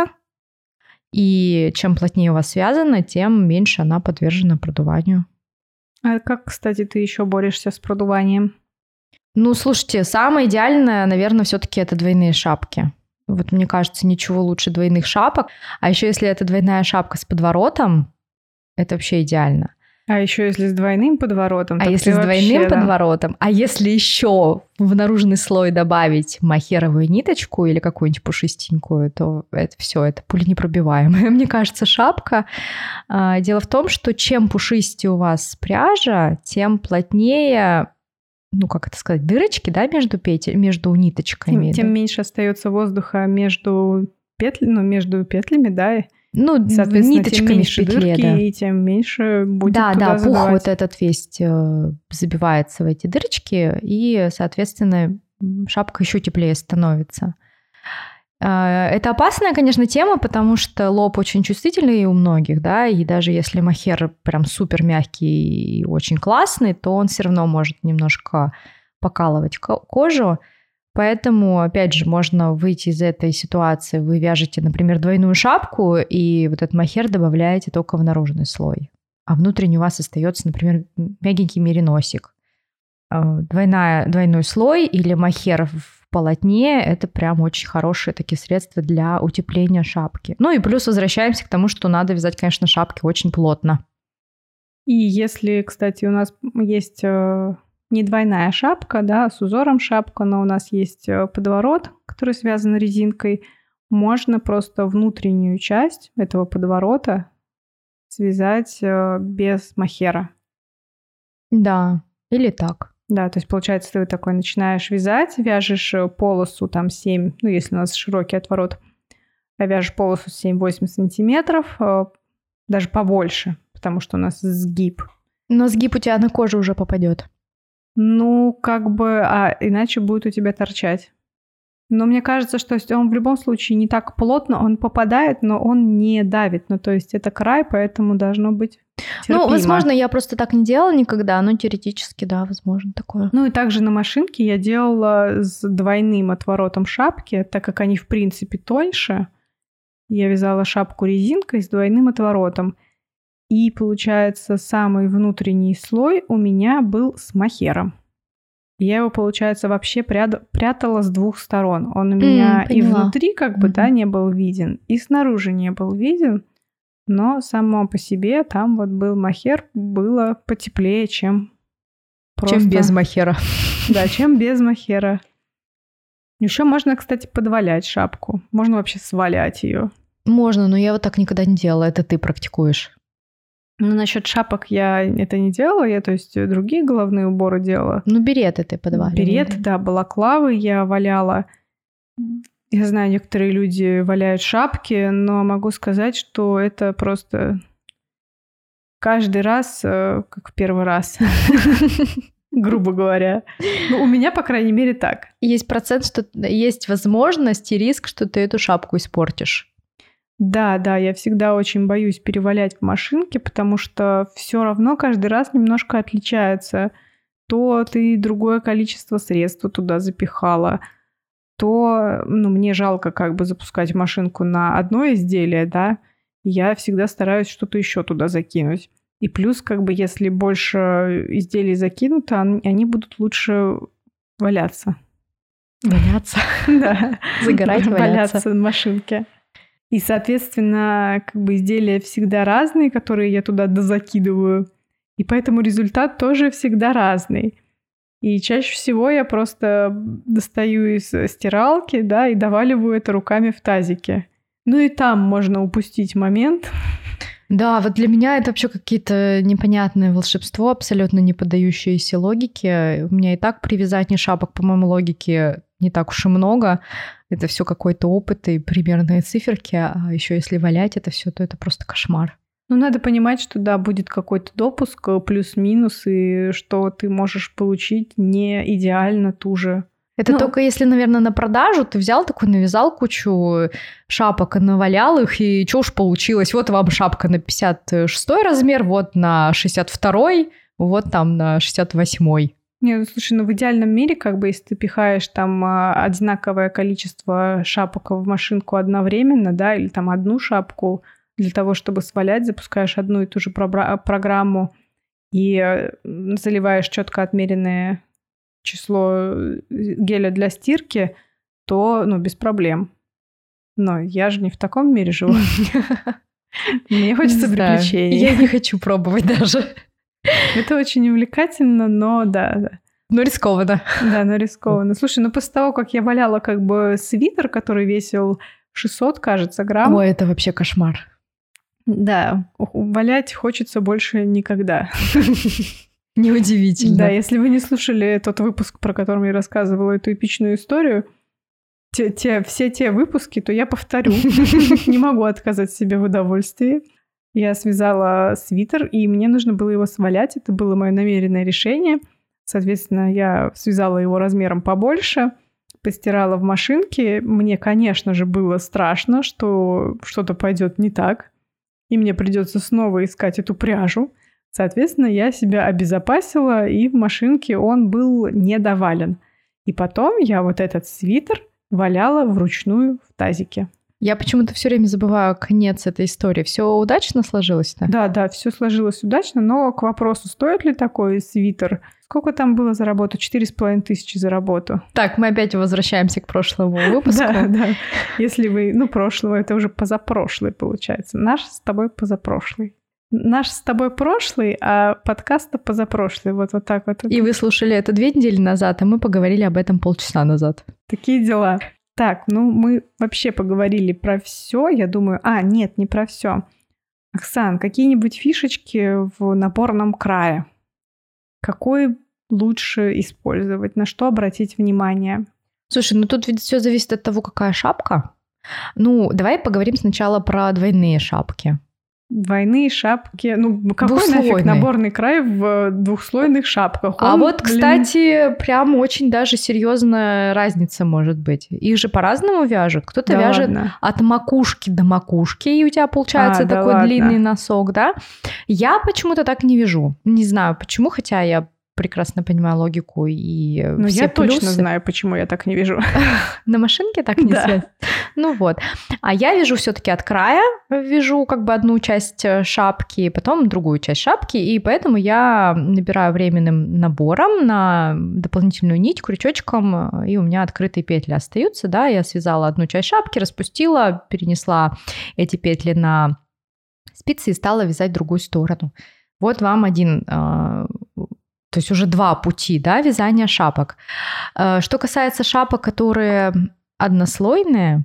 и чем плотнее у вас связана, тем меньше она подвержена продуванию. А как, кстати, ты еще борешься с продуванием? Ну, слушайте, самое идеальное, наверное, все-таки это двойные шапки. Вот мне кажется, ничего лучше двойных шапок. А еще если это двойная шапка с подворотом, это вообще идеально. А еще если с двойным подворотом. А если с вообще, двойным да. подворотом, а если еще в наружный слой добавить мохеровую ниточку или какую-нибудь пушистенькую, то это все, это пуленепробиваемая, мне кажется, шапка. Дело в том, что чем пушистее у вас пряжа, тем плотнее, ну как это сказать, дырочки, да, между петель, между ниточками. Тем, тем меньше остается воздуха между петлями, ну между петлями, да. Ну, ниточками тем меньше в петле, дырки, да. И тем меньше будет да, туда да, задавать. пух вот этот весь забивается в эти дырочки, и, соответственно, шапка еще теплее становится. Это опасная, конечно, тема, потому что лоб очень чувствительный у многих, да, и даже если мохер прям супер мягкий и очень классный, то он все равно может немножко покалывать кожу. Поэтому, опять же, можно выйти из этой ситуации. Вы вяжете, например, двойную шапку, и вот этот мохер добавляете только в наружный слой. А внутренний у вас остается, например, мягенький мериносик. Двойная, двойной слой или мохер в полотне – это прям очень хорошие такие средства для утепления шапки. Ну и плюс возвращаемся к тому, что надо вязать, конечно, шапки очень плотно. И если, кстати, у нас есть... не двойная шапка, да, а с узором шапка, но у нас есть подворот, который связан резинкой. Можно просто внутреннюю часть этого подворота связать без мохера. Да, или так. Да, то есть, получается, ты такой начинаешь вязать, вяжешь полосу там семь, ну, если у нас широкий отворот, вяжешь полосу семь-восемь сантиметров, даже побольше, потому что у нас сгиб. Но сгиб у тебя на кожу уже попадет. Ну, как бы, а иначе будет у тебя торчать. Но мне кажется, что он в любом случае не так плотно, он попадает, но он не давит. Ну, то есть это край, поэтому должно быть терпимо. Ну, возможно, я просто так не делала никогда, но теоретически, да, возможно такое. Ну, и также на машинке я делала с двойным отворотом шапки, так как они, в принципе, тоньше. Я вязала шапку резинкой с двойным отворотом. И, получается, самый внутренний слой у меня был с мохером. Я его, получается, вообще прятала с двух сторон. Он у меня mm, и внутри как бы, mm-hmm. да, не был виден, и снаружи не был виден. Но само по себе там вот был мохер, было потеплее, чем просто... Чем без мохера. Да, чем без мохера. Еще можно, кстати, подвалять шапку. Можно вообще свалять ее. Можно, но я вот так никогда не делала. Это ты практикуешь. Ну, насчет шапок я это не делала, я, то есть, другие головные уборы делала. Ну, береты ты подваливала. Береты, да, балаклавы я валяла. Я знаю, некоторые люди валяют шапки, но могу сказать, что это просто каждый раз, как в первый раз, грубо говоря. Ну, у меня, по крайней мере, так. Есть процент, что есть возможность и риск, что ты эту шапку испортишь. Да, да, я всегда очень боюсь перевалять в машинке, потому что все равно каждый раз немножко отличается. То ты другое количество средств туда запихала, то, ну, мне жалко как бы запускать машинку на одно изделие, да, я всегда стараюсь что-то еще туда закинуть. И плюс, как бы, если больше изделий закинуто, они будут лучше валяться. Валяться? Да. Загорать, валяться. Валяться на машинке. И, соответственно, как бы изделия всегда разные, которые я туда дозакидываю. И поэтому результат тоже всегда разный. И чаще всего я просто достаю из стиралки, да, и доваливаю это руками в тазике. Ну и там можно упустить момент. Да, вот для меня это вообще какие-то непонятное волшебство, абсолютно не поддающееся логике. У меня и так при вязании шапок, по моему логике, не так уж и много. Это все какой-то опыт и примерные циферки. А еще если валять это все, то это просто кошмар. Ну, надо понимать, что да, будет какой-то допуск, плюс-минус, и что ты можешь получить не идеально ту же. Это ну, только если, наверное, на продажу ты взял такой, навязал кучу шапок и навалял их, и что уж получилось. Вот вам шапка на пятьдесят шестой размер, вот на шестьдесят второй, вот там на шестьдесят восьмой. Не, ну слушай, ну в идеальном мире, как бы, если ты пихаешь там а, одинаковое количество шапок в машинку одновременно, да, или там одну шапку для того, чтобы свалять, запускаешь одну и ту же пробра- программу и э, заливаешь четко отмеренное число геля для стирки, то, ну, без проблем. Но я же не в таком мире живу. Мне хочется приключений. Я не хочу пробовать даже. Это очень увлекательно, но да, да. Но рискованно. Да, но рискованно. Слушай, ну после того, как я валяла как бы свитер, который весил шестьсот, кажется, грамм. Ой, это вообще кошмар. Да, валять хочется больше никогда. Неудивительно. Да, если вы не слушали тот выпуск, про который я рассказывала эту эпичную историю, те, те, все те выпуски, то я повторю. Не могу отказать себе в удовольствии. Я связала свитер, и мне нужно было его свалять. Это было мое намеренное решение. Соответственно, я связала его размером побольше, постирала в машинке. Мне, конечно же, было страшно, что что-то пойдет не так, и мне придется снова искать эту пряжу. Соответственно, я себя обезопасила, и в машинке он был недовален. И потом я вот этот свитер валяла вручную в тазике. Я почему-то все время забываю конец этой истории. Все удачно сложилось-то? Да, да, все сложилось удачно, но к вопросу, стоит ли такой свитер? Сколько там было за работу? Четыре с половиной тысячи за работу. Так, мы опять возвращаемся к прошлому выпуску. Да, да. Если вы... Ну, прошлого, это уже позапрошлый, получается. Наш с тобой позапрошлый. Наш с тобой прошлый, а подкаст-то позапрошлый. Вот, вот так вот. И вы слушали это две недели назад, а мы поговорили об этом полчаса назад. Такие дела. Так, ну мы вообще поговорили про все, я думаю... А, нет, не про все. Оксан, какие-нибудь фишечки в наборном крае? Какой лучше использовать? На что обратить внимание? Слушай, ну тут ведь все зависит от того, какая шапка. Ну, давай поговорим сначала про двойные шапки. Двойные шапки. Ну, какой нафиг наборный край в двухслойных шапках? Он, а вот, блин... кстати, прям очень даже серьезная разница может быть. Их же по-разному вяжут. Кто-то да вяжет ладно. От макушки до макушки, и у тебя получается а, такой да длинный носок, да? Я почему-то так не вяжу. Не знаю почему, хотя я прекрасно понимаю логику и ну, все я плюсы. Точно знаю, почему я так не вяжу. На машинке так не связано? Ну вот. А я вяжу все-таки от края, вяжу как бы одну часть шапки, потом другую часть шапки, и поэтому я набираю временным набором на дополнительную нить, крючочком, и у меня открытые петли остаются, да, я связала одну часть шапки, распустила, перенесла эти петли на спицы и стала вязать другую сторону. Вот вам один... То есть уже два пути, да, вязания шапок. Что касается шапок, которые однослойные,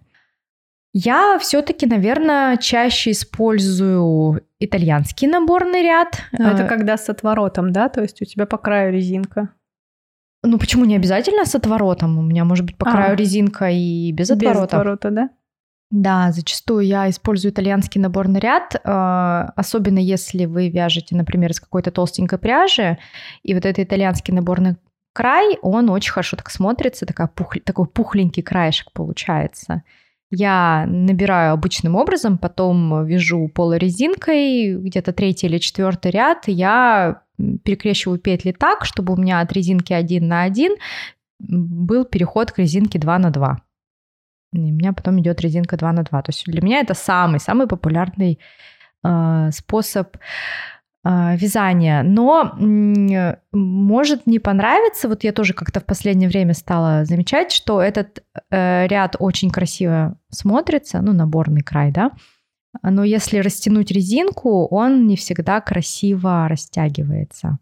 я все-таки, наверное, чаще использую итальянский наборный ряд. Но это когда с отворотом, да? То есть у тебя по краю резинка. Ну, почему не обязательно с отворотом? У меня может быть по краю а, резинка и без отворота. Без отворота, да? Да, зачастую я использую итальянский наборный ряд, особенно если вы вяжете, например, из какой-то толстенькой пряжи, и вот этот итальянский наборный край, он очень хорошо так смотрится, такой, пух, такой пухленький краешек получается. Я набираю обычным образом, потом вяжу полурезинкой, где-то третий или четвертый ряд, и я перекрещиваю петли так, чтобы у меня от резинки один на один был переход к резинке два на два. И у меня потом идет резинка два на два. То есть для меня это самый-самый популярный э, способ э, вязания. Но э, может не понравиться, вот я тоже как-то в последнее время стала замечать, что этот э, ряд очень красиво смотрится, ну, наборный край, да, но если растянуть резинку, он не всегда красиво растягивается.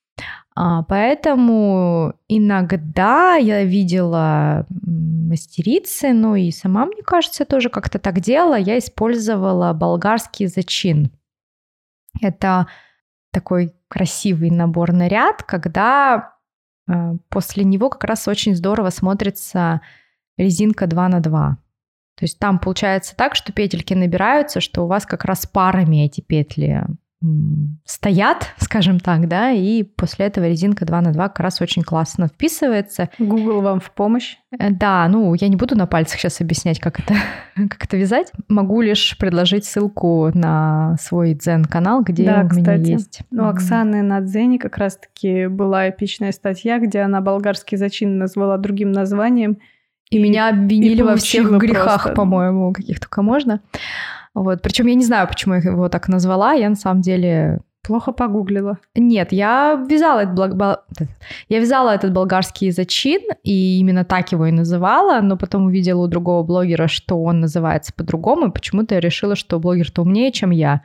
Поэтому иногда я видела мастерицы, ну и сама, мне кажется, тоже как-то так делала. Я использовала болгарский зачин. Это такой красивый наборный ряд, когда после него как раз очень здорово смотрится резинка два на два. То есть там получается так, что петельки набираются, что у вас как раз парами эти петли стоят, скажем так, да, и после этого резинка два на два как раз очень классно вписывается. Google вам в помощь. Да, ну, я не буду на пальцах сейчас объяснять, как это, как это вязать. Могу лишь предложить ссылку на свой Дзен-канал, где да, у кстати, меня есть. У Оксаны на Дзене как раз-таки была эпичная статья, где она болгарский зачин назвала другим названием. И, и меня обвинили и во всех грехах, просто... по-моему, каких только можно. Вот. Причем я не знаю, почему я его так назвала. Я на самом деле... Плохо погуглила. Нет, я вязала, этот благ... я вязала этот болгарский зачин, и именно так его и называла, но потом увидела у другого блогера, что он называется по-другому, и почему-то я решила, что блогер-то умнее, чем я.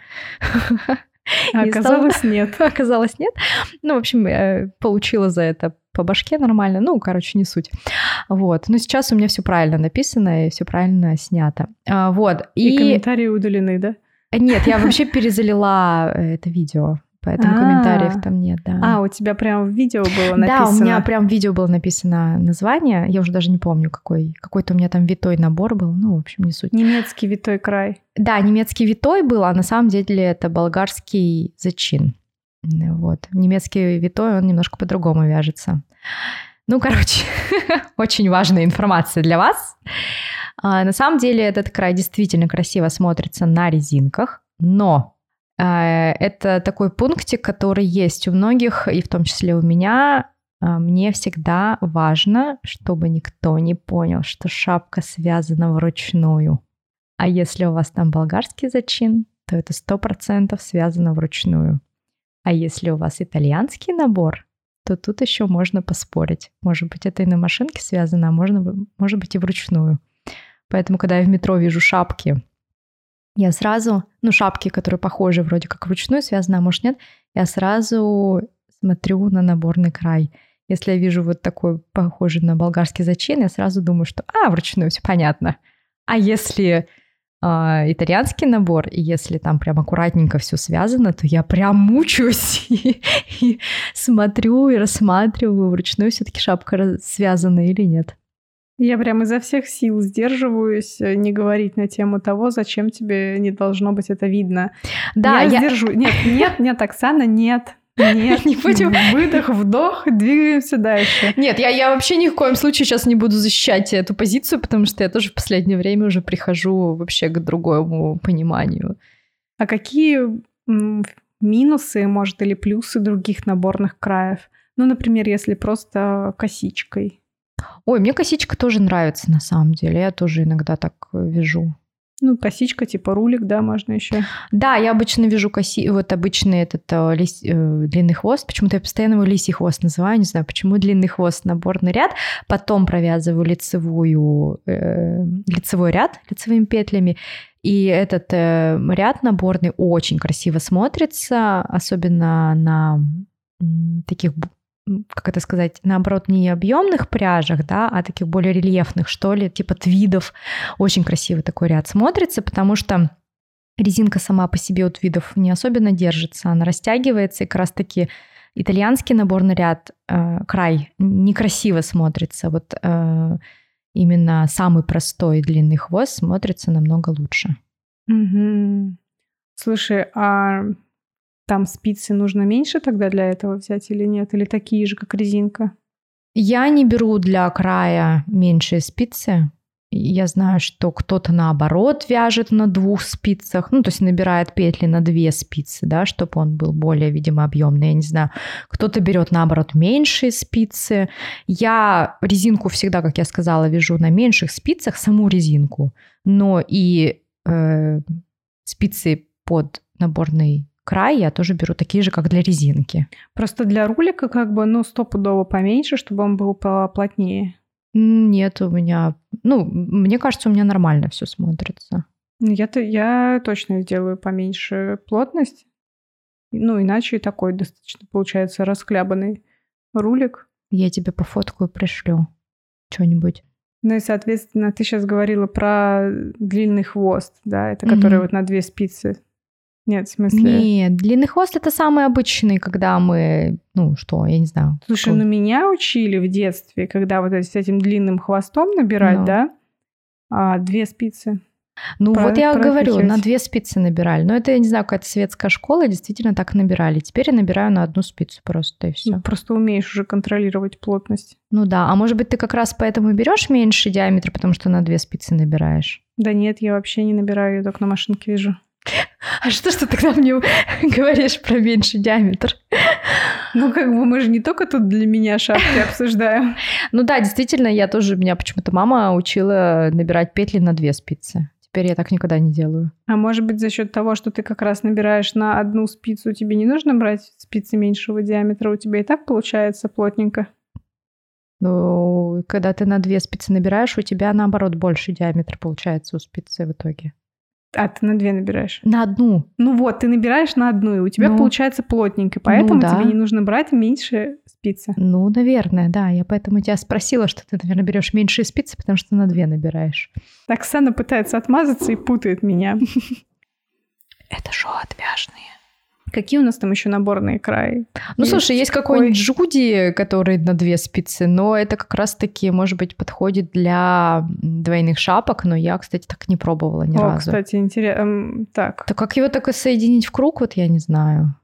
А оказалось, стала... нет. Оказалось, нет. Ну, в общем, получила за это по башке нормально. Ну, короче, не суть. Вот. Но сейчас у меня все правильно написано и все правильно снято. А, вот. И... и комментарии удалены, да? Нет, я вообще перезалила это видео, поэтому комментариев там нет, да. А, у тебя прям в видео было написано? Да, у меня прям в видео было написано название. Я уже даже не помню, какой. Какой-то у меня там витой набор был. Ну, в общем, не суть. Немецкий витой край. Да, немецкий витой был, а на самом деле это болгарский зачин. Вот. Немецкий витой, он немножко по-другому вяжется. Ну, короче, очень важная информация для вас. А, на самом деле этот край действительно красиво смотрится на резинках, но а, это такой пунктик, который есть у многих, и в том числе у меня. А, мне всегда важно, чтобы никто не понял, что шапка связана вручную. А если у вас там болгарский зачин, то это сто процентов связано вручную. А если у вас итальянский набор, то тут еще можно поспорить. Может быть, это и на машинке связано, а можно, может быть и вручную. Поэтому, когда я в метро вижу шапки, я сразу, ну, шапки, которые похожи вроде как вручную связаны, а может нет, я сразу смотрю на наборный край. Если я вижу вот такой похожий на болгарский зачин, я сразу думаю, что, а, вручную, все понятно. А если... итальянский набор, и если там прям аккуратненько все связано, то я прям мучаюсь и, и смотрю и рассматриваю, вручную все-таки шапка связана или нет. Я прям изо всех сил сдерживаюсь не говорить на тему того, зачем тебе не должно быть это видно. Да, я, я... сдержу. Нет, нет, нет, Оксана, нет. Нет, не будем. Выдох, вдох, двигаемся дальше. Нет, я, я вообще ни в коем случае сейчас не буду защищать эту позицию, потому что я тоже в последнее время уже прихожу вообще к другому пониманию. А какие м, минусы, может, или плюсы других наборных краев? Ну, например, если просто косичкой. Ой, мне косичка тоже нравится на самом деле. Я тоже иногда так вяжу. Ну, косичка, типа рулик, да, можно еще. Да, я обычно вяжу коси... вот обычный этот э, лис... э, длинный хвост. Почему-то я постоянно его лисий хвост называю, не знаю, почему длинный хвост, наборный ряд. Потом провязываю лицевую, э, лицевой ряд лицевыми петлями. И этот э, ряд наборный очень красиво смотрится, особенно на м, таких... как это сказать, наоборот, не объемных пряжах, да, а таких более рельефных, что ли, типа твидов. Очень красиво такой ряд смотрится, потому что резинка сама по себе у твидов не особенно держится, она растягивается, и как раз-таки итальянский наборный ряд, э, край, некрасиво смотрится. Вот э, именно самый простой длинный хвост смотрится намного лучше. Угу. Слушай, а... там спицы нужно меньше тогда для этого взять или нет? Или такие же, как резинка? Я не беру для края меньшие спицы. Я знаю, что кто-то наоборот вяжет на двух спицах, ну, то есть набирает петли на две спицы, да, чтобы он был более, видимо, объемный. Я не знаю. Кто-то берет наоборот меньшие спицы. Я резинку всегда, как я сказала, вяжу на меньших спицах, саму резинку, но и э, спицы под наборный край я тоже беру такие же, как для резинки. Просто для рулика как бы, ну, стопудово поменьше, чтобы он был поплотнее. Нет, у меня... Ну, мне кажется, у меня нормально все смотрится. Я-то, я точно сделаю поменьше плотность. Ну, иначе и такой достаточно, получается, расхлябанный рулик. Я тебе по фотку пришлю что-нибудь. Ну и, соответственно, ты сейчас говорила про длинный хвост, да? Это который mm-hmm. вот на две спицы. Нет, в смысле... Нет, длинный хвост — это самый обычный, когда мы... Ну, что, я не знаю. Слушай, какой... ну меня учили в детстве, когда вот с этим длинным хвостом набирать, no. да, а, две спицы. Ну Про- вот я говорю, профиксировать. на две спицы набирали. Но это, я не знаю, какая-то светская школа, действительно так набирали. Теперь я набираю на одну спицу просто, и все. Ну, просто умеешь уже контролировать плотность. Ну да, а может быть, ты как раз поэтому берешь меньше диаметр, потому что на две спицы набираешь? Да нет, я вообще не набираю, я только на машинке вижу. А что ж ты тогда мне говоришь про меньший диаметр? Ну, как бы мы же не только тут для меня шапки обсуждаем. Ну да, действительно, я тоже, меня почему-то мама учила набирать петли на две спицы. Теперь я так никогда не делаю. А может быть, за счет того, что ты как раз набираешь на одну спицу, тебе не нужно брать спицы меньшего диаметра, у тебя и так получается плотненько. Ну, когда ты на две спицы набираешь, у тебя, наоборот, больше диаметр получается у спицы в итоге. А ты на две набираешь. На одну. Ну вот, ты набираешь на одну, и у тебя Ну, получается плотненько, поэтому ну да. тебе не нужно брать меньше спицы. Ну, наверное, да. Я поэтому тебя спросила, что ты, наверное, берешь меньшие спицы, потому что на две набираешь. Оксана пытается отмазаться и путает меня. Это шо отвяжные? Какие у нас там еще наборные краи? Ну, Есть слушай, есть такой- какой-нибудь Джуди, который на две спицы, но это как раз-таки, может быть, подходит для двойных шапок, но я, кстати, так не пробовала ни О, разу. кстати, интересно. Так, То как его так и соединить в круг, вот я не знаю.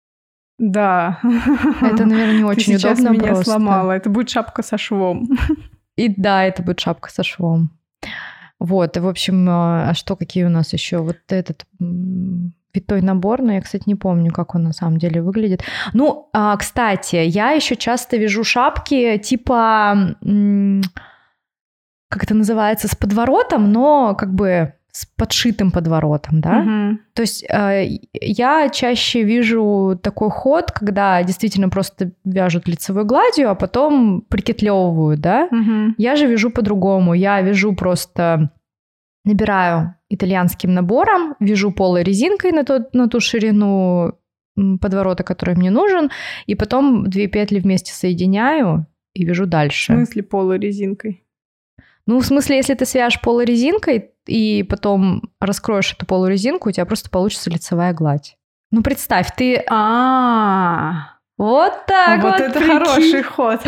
да. Это, наверное, не Ты очень сейчас удобно меня просто. сломала. Это будет шапка со швом. И да, это будет шапка со швом. Вот, и, в общем, а что, какие у нас еще? Вот этот м, витой набор, но я, кстати, не помню, как он на самом деле выглядит. Ну, а, кстати, я еще часто вяжу шапки типа, м, как это называется, с подворотом, но как бы с подшитым подворотом, да? Мгм. То есть э, я чаще вижу такой ход, когда действительно просто вяжут лицевой гладью, а потом прикетлевывают, да? Мгм. Я же вяжу по-другому. Я вяжу просто, набираю итальянским набором, вяжу полой резинкой на, тот, на ту ширину м, подворота, который мне нужен, и потом две петли вместе соединяю и вяжу В дальше. смысле полурезинкой? Ну, в смысле, если ты свяжешь полурезинкой и потом раскроешь эту полурезинку, у тебя просто получится лицевая гладь. Ну, представь, ты А, вот так вот, вот это прикинь. хороший ход.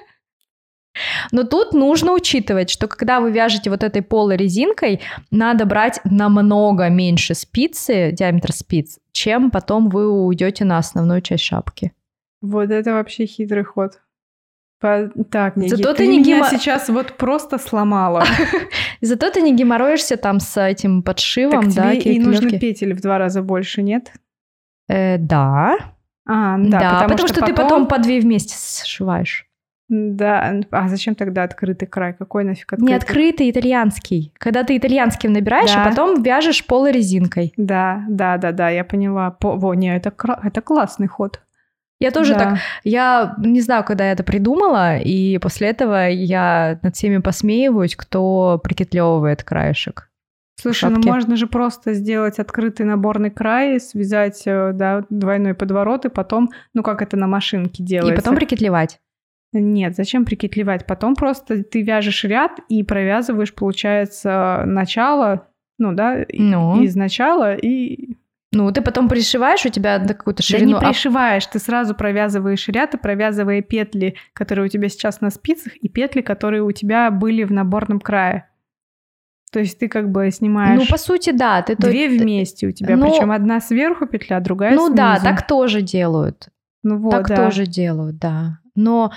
Но тут нужно учитывать, что когда вы вяжете вот этой полурезинкой, надо брать намного меньше спицы, диаметр спиц, чем потом вы уйдете на основную часть шапки. Вот это вообще хитрый ход. По- Так, не, Зато ты, ты не меня гемо- сейчас вот просто сломала. Зато ты не геморроишься там с этим подшивом, Так да, тебе и нужно кейклёвки. петель в два раза больше, нет? Э, да, А, да, да, потому, что, ты потом по две вместе сшиваешь. Да, а зачем тогда открытый край? Какой нафиг открытый? Не открытый, итальянский. Когда ты итальянским набираешь, Да. а потом вяжешь полурезинкой. Да, да, да, да, я поняла. По... Во, не, это, кра- это классный ход. Я тоже Да. так, я не знаю, когда я это придумала, и после этого я над всеми посмеиваюсь, кто прикетлевывает краешек. Слушай, шапки. ну можно же просто сделать открытый наборный край, связать, э, да, двойной подворот, и потом, ну как это на машинке делается. И потом прикетлевать. Нет, зачем прикетлевать? Потом просто ты вяжешь ряд и провязываешь, получается, начало, ну да, и- Ну. из начала и... Ну, ты потом пришиваешь, у тебя на какую-то Да ширину... не а- пришиваешь, ты сразу провязываешь ряд, и провязывая петли, которые у тебя сейчас на спицах, и петли, которые у тебя были в наборном крае. То есть ты как бы снимаешь Ну, по сути, да. Ты то- две вместе у тебя, Ну, причем одна сверху петля, другая Ну снизу. да, так тоже делают. Ну вот, так да. тоже делают, да. Но,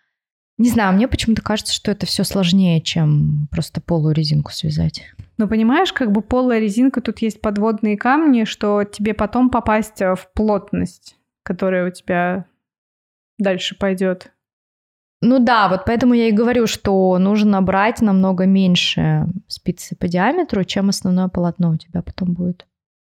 не знаю, мне почему-то кажется, что это все сложнее, чем просто полурезинку связать. Но понимаешь, как бы полая резинка, тут есть подводные камни, что тебе потом попасть в плотность, которая у тебя дальше пойдет. Ну да, вот поэтому я и говорю, что нужно брать намного меньше спицы по диаметру, чем основное полотно у тебя потом будет.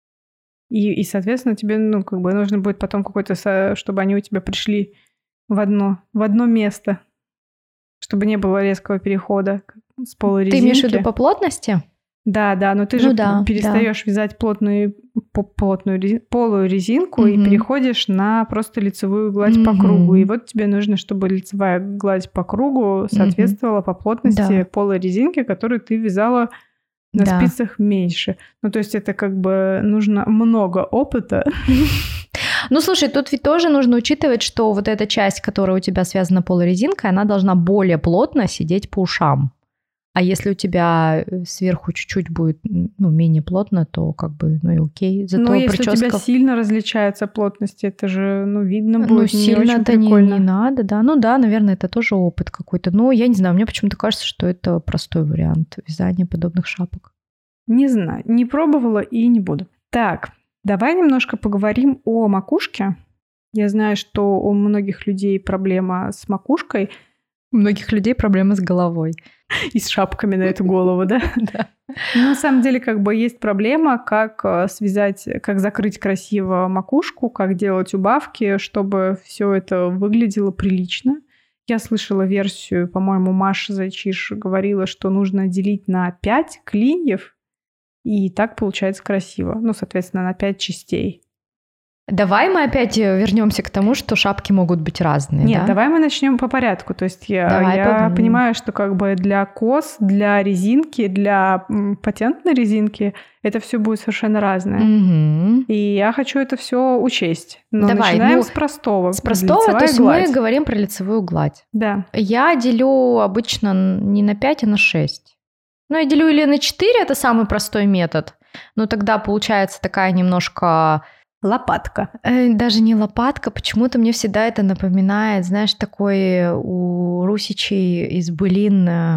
И, и соответственно, тебе, ну, как бы нужно будет потом какой-то, со- чтобы они у тебя пришли в одно, в одно место, чтобы не было резкого перехода с полурезинки. Ты имеешь в виду по плотности? Да, да, но ты Ну же да, перестаешь вязать плотную, по- плотную рези- полурезинку и Мгм. переходишь на просто лицевую гладь по Мгм. кругу. И вот тебе нужно, чтобы лицевая гладь по кругу соответствовала по плотности Да. полурезинки, которую ты вязала на Да. спицах меньше. Ну, то есть это как бы нужно много опыта. Ну, слушай, тут ведь тоже нужно учитывать, что вот эта часть, которая у тебя связана полурезинкой, она должна более плотно сидеть по ушам. А если у тебя сверху чуть-чуть будет, ну, менее плотно, то как бы, ну и окей. Зато Но если прическа... у тебя сильно различаются плотности, это же, ну, видно будет, Ну, не сильно-то очень не, прикольно. не надо, да. Ну да, наверное, это тоже опыт какой-то. Но я не знаю, мне почему-то кажется, что это простой вариант вязания подобных шапок. Не знаю, не пробовала и не буду. Так, давай немножко поговорим о макушке. Я знаю, что у многих людей проблема с макушкой. У многих людей проблемы с головой. И с шапками на эту голову, да? Да. Но на самом деле как бы есть проблема, как связать, как закрыть красиво макушку, как делать убавки, чтобы все это выглядело прилично. Я слышала версию, по-моему, Маша Зайчиш говорила, что нужно делить на пять клиньев, и так получается красиво. Ну, соответственно, на пять частей. Давай мы опять вернемся к тому, что шапки могут быть разные. Нет, да? давай мы начнем по порядку. То есть я, Давай, я подумаем. понимаю, что как бы для кос, для резинки, для м, патентной резинки это все будет совершенно разное. Мгм. И я хочу это все учесть. Но Давай, начинаем ну, с простого. С простого, Лицевая то есть гладь. мы говорим про лицевую гладь. Да. Я делю обычно не на пять, а на шесть. Ну, я делю или на четыре, это самый простой метод. Но тогда получается такая немножко... Лопатка. э, даже не лопатка, почему-то мне всегда это напоминает, знаешь, такой у русичей из былин... э,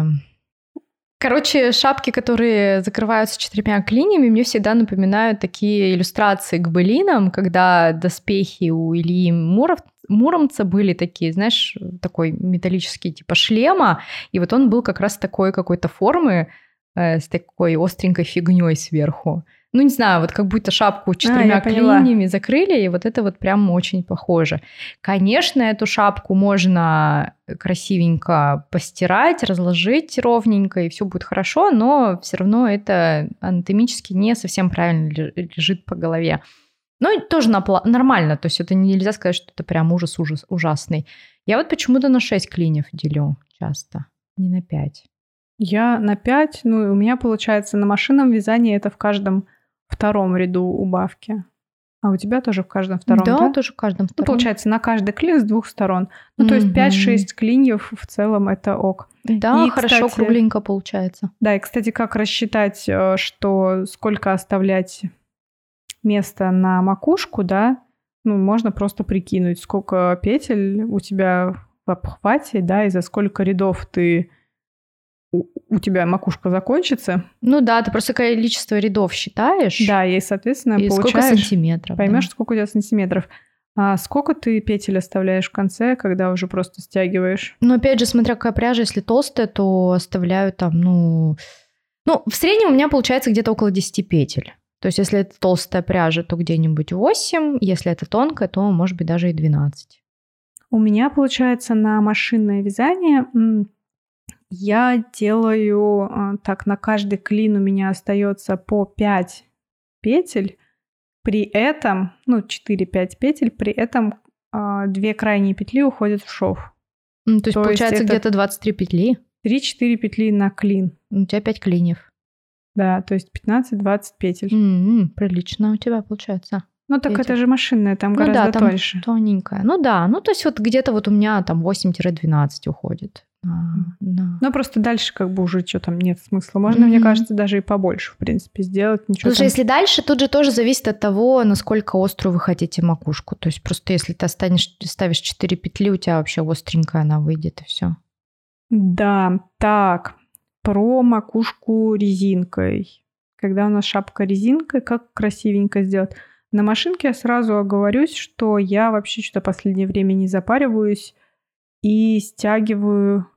Короче, шапки, которые закрываются четырьмя клиньями, мне всегда напоминают такие иллюстрации к былинам, когда доспехи у Ильи Муров... Муромца были такие, знаешь, такой металлический типа шлема, и вот он был как раз такой какой-то формы э, с такой остренькой фигней сверху. Ну, не знаю, вот как будто шапку четырьмя я поняла. клиньями закрыли, и вот это вот прям очень похоже. Конечно, эту шапку можно красивенько постирать, разложить ровненько, и все будет хорошо, но все равно это анатомически не совсем правильно лежит по голове. Ну, и тоже напла- нормально, то есть это нельзя сказать, что это прям ужас-ужас ужасный. Я вот почему-то на шесть клиньев делю часто, не на пять. Я на пять. Ну, и у меня получается на машинном вязании это в каждом втором ряду убавки. А у тебя тоже в каждом втором, да? Да, тоже в каждом Ну, втором. получается, на каждый клин с двух сторон. Ну, то есть Мгм. пять-шесть клиньев в целом это ок. Да, И, хорошо, кстати, кругленько получается. Да, и, кстати, как рассчитать, э, что сколько оставлять места на макушку, да, ну, можно просто прикинуть, сколько петель у тебя в обхвате, да, и за сколько рядов ты у, у тебя макушка закончится. Ну да, ты просто количество рядов считаешь. Да, и, соответственно, И сколько получаешь, сантиметров. поймешь, да. сколько у тебя сантиметров. А сколько ты петель оставляешь в конце, когда уже просто стягиваешь? Но опять же, смотря какая пряжа, если толстая, то оставляю там, ну... Ну, в среднем у меня получается где-то около десяти петель. То есть если это толстая пряжа, то где-нибудь восемь. Если это тонкая, то может быть даже и двенадцать. У меня, получается, на машинное вязание м, я делаю а, так, на каждый клин у меня остается по пять петель. При этом, ну, четыре-пять петель, при этом а, две крайние петли уходят в шов. Ну, то есть То есть получается это- где-то двадцать три петли. три-четыре петли на клин. У тебя пять клиньев. Да, то есть пятнадцать-двадцать петель. М-м, прилично у тебя получается. Ну, так петель. это же машинное, там Ну гораздо да, там тоньше. тоненькая. Ну да, ну то есть вот где-то вот у меня там восемь-двенадцать уходит. А, да. Ну, просто дальше как бы уже что там нет смысла. Можно, мне Мгм. кажется, даже и побольше, в принципе, сделать. Ничего Слушай, там- если дальше, тут же тоже зависит от того, насколько острую вы хотите макушку. То есть просто если ты останешь, ставишь четыре петли, у тебя вообще остренькая она выйдет, и все. Да, так, про макушку резинкой. Когда у нас шапка резинкой, как красивенько сделать. На машинке я сразу оговорюсь, что я вообще что-то в последнее время не запариваюсь и стягиваю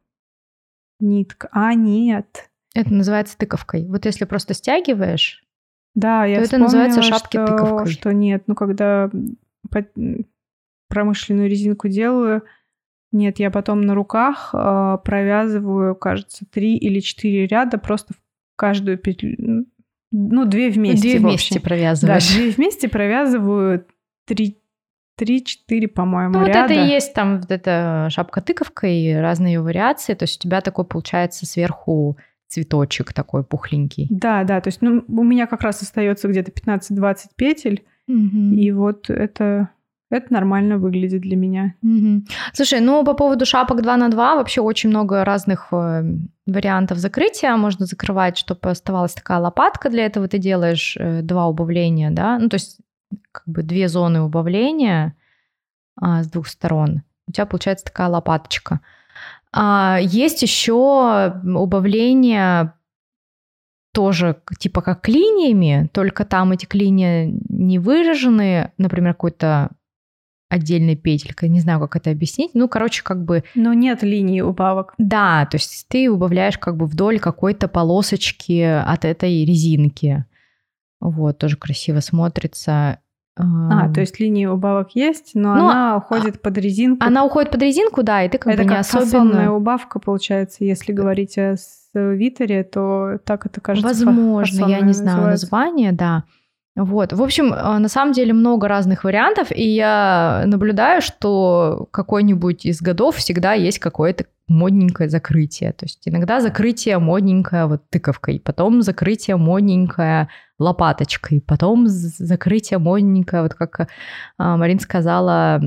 нитку. А, нет. Это называется тыковкой. Вот если просто стягиваешь, Да, я То это вспомнила, называется шапки что, тыковкой. что нет. Ну, когда по- промышленную резинку делаю, нет, я потом на руках э, провязываю, кажется, три или четыре ряда просто в каждую петлю. Ну, две вместе. две в вместе общем. Да, провязываешь. две вместе провязываю три, три-четыре, по-моему, Ну, вот ряда. это и есть там вот эта шапка-тыковка и разные ее вариации. То есть у тебя такой получается сверху цветочек такой пухленький. Да, да, то есть ну, у меня как раз остается где-то пятнадцать-двадцать петель, Мгм. и вот это, Это нормально выглядит для меня. Угу. Слушай, ну по поводу шапок два на два вообще очень много разных э, вариантов закрытия. Можно закрывать, чтобы оставалась такая лопатка. Для этого ты делаешь э, два убавления, да, ну то есть как бы две зоны убавления а, с двух сторон. У тебя получается такая лопаточка. А, есть еще убавление тоже типа как линиями, только там эти клинья не выражены, например, какой-то отдельной петелькой, не знаю, как это объяснить. Ну, короче, как бы... Но нет линии убавок. Да, то есть ты убавляешь как бы вдоль какой-то полосочки от этой резинки. Вот, тоже красиво смотрится. А, то есть линии убавок есть, но ну, она уходит а, под резинку. Она уходит под резинку, да, и ты как это бы не как особенно... Это как фасонная убавка, получается, если говорить о свитере, то так это кажется. Возможно, я не знаю называется. название, да. Вот. В общем, на самом деле много разных вариантов, и я наблюдаю, что какой-нибудь из годов всегда есть какое-то модненькое закрытие. То есть иногда закрытие модненькое вот тыковкой, потом закрытие модненькое лопаточкой, потом закрытие модненькое, вот как Марин сказала,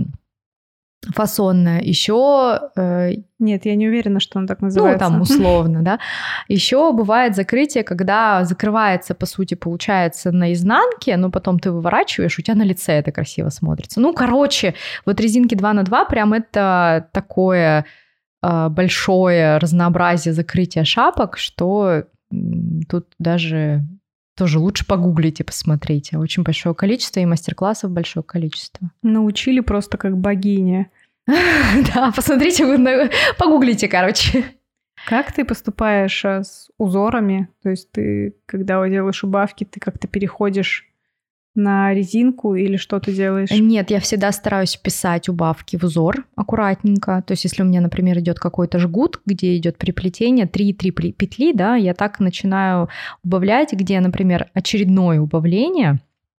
фасонная. Еще... Э, Нет, я не уверена, что он так называется. Ну, там условно, да. Еще бывает закрытие, когда закрывается, по сути, получается, на изнанке, но потом ты выворачиваешь, у тебя на лице это красиво смотрится. Ну, короче, вот резинки два на два прям это такое э, большое разнообразие закрытия шапок, что тут даже... Тоже лучше погуглите, посмотрите. Очень большое количество, и мастер-классов большое количество. Научили просто как богиня. Да, посмотрите, вы погуглите, короче. Как ты поступаешь с узорами? То есть ты, когда делаешь убавки, ты как-то переходишь на резинку или что ты делаешь? Нет, я всегда стараюсь вписать убавки в узор аккуратненько. То есть если у меня, например, идет какой-то жгут, где идет переплетение, три-три петли, да, я так начинаю убавлять, где, например, очередное убавление.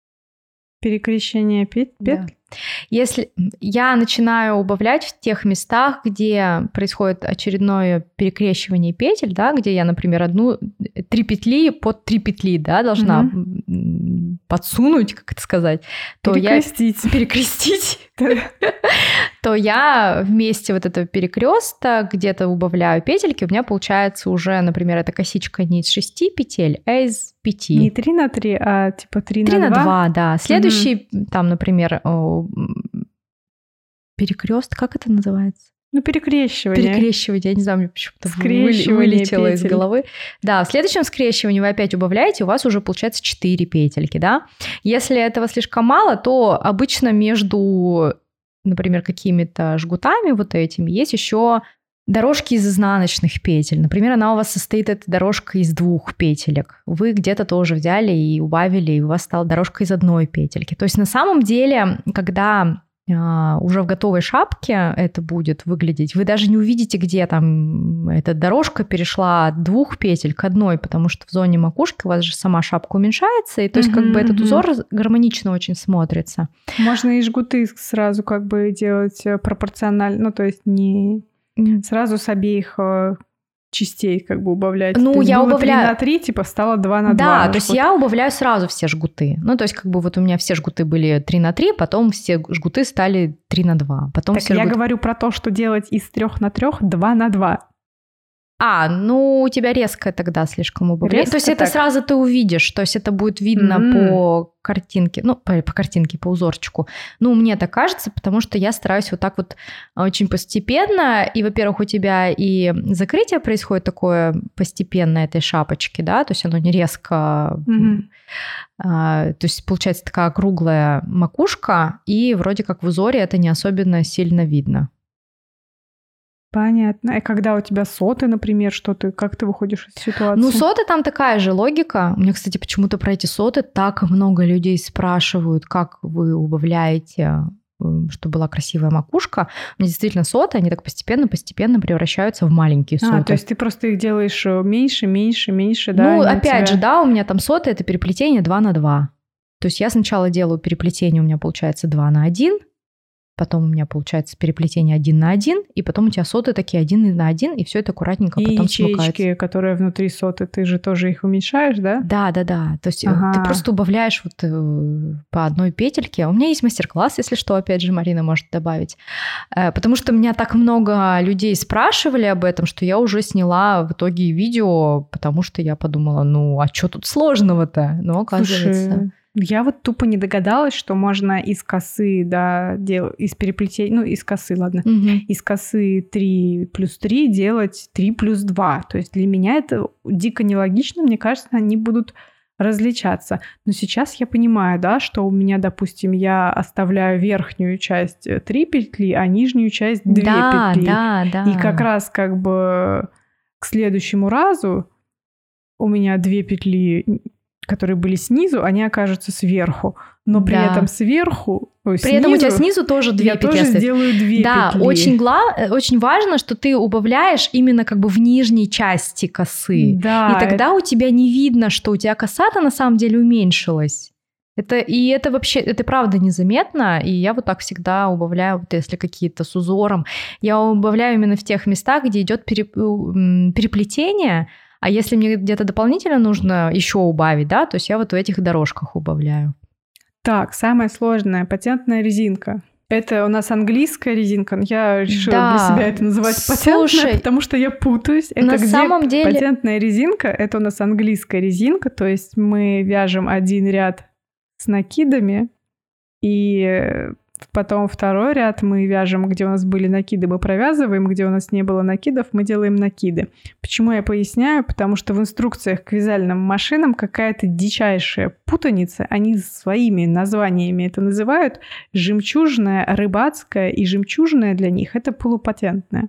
Перекрещение петель? Да. Если я начинаю убавлять в тех местах, где происходит очередное перекрещивание петель, да, где я, например, одну три петли под три петли, да, должна угу. подсунуть, как это сказать, то перекрестить, я перекрестить, то я вместе вот этого перекреста где-то убавляю петельки, у меня получается уже, например, эта косичка не из шести петель, а из пяти. Не три на три, а типа три на два. три на два, да. Следующий, угу. там, например, перекрест, как это называется? Ну, перекрещивание. Перекрещивание, я не знаю, мне почему-то вылетело из головы. Да, в следующем скрещивании вы опять убавляете, у вас уже получается четыре петельки, да. Если этого слишком мало, то обычно между, например, какими-то жгутами вот этими есть еще дорожки из изнаночных петель. Например, она у вас состоит, эта дорожка из двух петелек. Вы где-то тоже взяли и убавили, и у вас стала дорожка из одной петельки. То есть на самом деле, когда а, уже в готовой шапке это будет выглядеть, вы даже не увидите, где там эта дорожка перешла от двух петель к одной, потому что в зоне макушки у вас же сама шапка уменьшается, и то есть как бы этот узор гармонично очень смотрится. Можно и жгуты сразу как бы делать пропорционально, ну то есть не... Сразу с обеих э, частей как бы убавлять. Ну, то есть я было убавляю... три на три, типа стало два на два. Да, то есть я убавляю сразу все жгуты. Ну, то есть как бы вот у меня все жгуты были три на три, потом все жгуты стали три на два. Потом так все я жгуты... говорю про то, что делать из трех на трех два на два. А, ну у тебя резкое тогда слишком убавление. То есть это так. Сразу ты увидишь, то есть это будет видно mm-hmm. по картинке, ну, по, по картинке, по узорчику. Ну, мне так кажется, потому что я стараюсь вот так вот очень постепенно, и, во-первых, у тебя и закрытие происходит такое постепенное этой шапочки, да, то есть оно не резко... Mm-hmm. А, то есть получается такая круглая макушка, и вроде как в узоре это не особенно сильно видно. Понятно. И когда у тебя соты, например, что ты, как ты выходишь из ситуации? Ну, соты там такая же логика. У меня, кстати, почему-то про эти соты так много людей спрашивают, как вы убавляете, чтобы была красивая макушка. У меня действительно соты, они так постепенно-постепенно превращаются в маленькие соты. А, то есть ты просто их делаешь меньше, меньше, меньше, да? Ну, опять тебя... же, да, у меня там соты — это переплетение два на два. То есть я сначала делаю переплетение, у меня получается два на один, потом у меня получается переплетение один на один, и потом у тебя соты такие один на один, и все это аккуратненько и потом ячеечки, смыкается. которые внутри соты, ты же тоже их уменьшаешь, да? Да, да, да. То есть Ага. ты просто убавляешь вот э, по одной петельке. У меня есть мастер-класс, если что, опять же, Марина может добавить. Э, потому что меня так много людей спрашивали об этом, что я уже сняла в итоге видео, потому что я подумала, ну, а что тут сложного-то? Ну, оказывается... Слушай, я вот тупо не догадалась, что можно из косы, да, дел... из переплетения, ну, из косы, ладно, Мгм. из косы три плюс три делать три плюс два. То есть для меня это дико нелогично, мне кажется, они будут различаться. Но сейчас я понимаю, да, что у меня, допустим, я оставляю верхнюю часть три петли, а нижнюю часть две Да, петли. да, да. И как раз как бы к следующему разу у меня две петли, которые были снизу, они окажутся сверху. Но при Да. этом сверху, ой, При этом у тебя снизу снизу тоже две я петли тоже остаются. сделаю две Да, петли. очень, гла- очень важно, что ты убавляешь именно как бы в нижней части косы. Да, И тогда у тебя не видно, что у тебя коса-то на самом деле уменьшилась. Это, и это вообще, это правда незаметно, и я вот так всегда убавляю, вот если какие-то с узором, я убавляю именно в тех местах, где идет переп- м, переплетение, а если мне где-то дополнительно нужно еще убавить, да, то есть я вот в этих дорожках убавляю. Так, самое сложное — патентная резинка. Это у нас английская резинка. Я решила Да. для себя это называть патентная, Слушай, потому что я путаюсь. Это на где самом деле- патентная резинка? Это у нас английская резинка, то есть мы вяжем один ряд с накидами, и потом второй ряд мы вяжем, где у нас были накиды, мы провязываем, где у нас не было накидов, мы делаем накиды. Почему я поясняю? Потому что в инструкциях к вязальным машинам какая-то дичайшая путаница. Они своими названиями это называют. Жемчужная, рыбацкая и жемчужная для них — это полупатентная.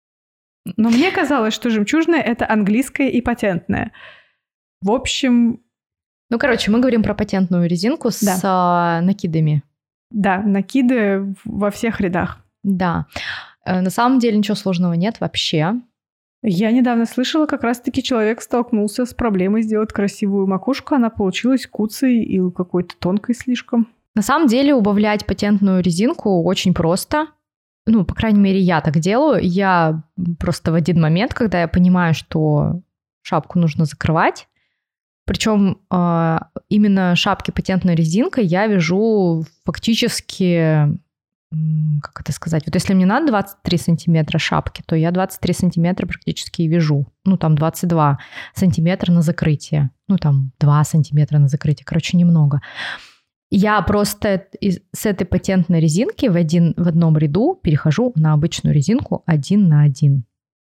Но мне казалось, что жемчужная — это английская и патентная. В общем, Ну, короче, мы говорим про патентную резинку с Да. а, накидами. да, накиды во всех рядах. Да. Э, На самом деле ничего сложного нет вообще. Я недавно слышала, как раз-таки человек столкнулся с проблемой сделать красивую макушку. Она получилась куцей и какой-то тонкой слишком. На самом деле убавлять патентную резинку очень просто. Ну, по крайней мере, я так делаю. Я просто в один момент, когда я понимаю, что шапку нужно закрывать, причем э, именно шапки патентной резинкой я вяжу фактически, м, как это сказать, вот если мне надо двадцать три сантиметра шапки, то я двадцать три сантиметра практически и вяжу. Ну, там двадцать два сантиметра на закрытие. Ну, там два сантиметра на закрытие. Короче, немного. Я просто из- с этой патентной резинки в, один, в одном ряду перехожу на обычную резинку один на один.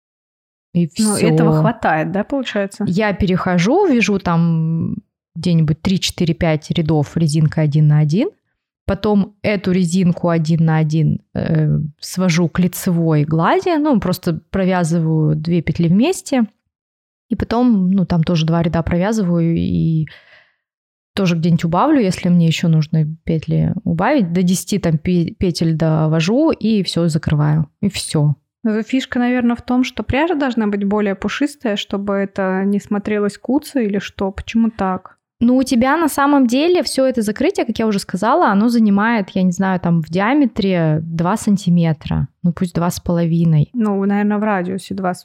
И Ну, все. этого хватает, да, получается? Я перехожу, вяжу там где-нибудь три, четыре, пять рядов резинка один на один. Потом эту резинку один на один э, свожу к лицевой глади, ну, просто провязываю две петли вместе. И потом, ну, там тоже два ряда провязываю и тоже где-нибудь убавлю, если мне еще нужно петли убавить. До десяти там пе- петель довожу и все закрываю. И все. Но фишка, наверное, в том, что пряжа должна быть более пушистая, чтобы это не смотрелось куцо или что? Почему так? Ну, у тебя на самом деле все это закрытие, как я уже сказала, оно занимает, я не знаю, там в диаметре два сантиметра. Ну, пусть два с половиной. Ну, наверное, в радиусе два.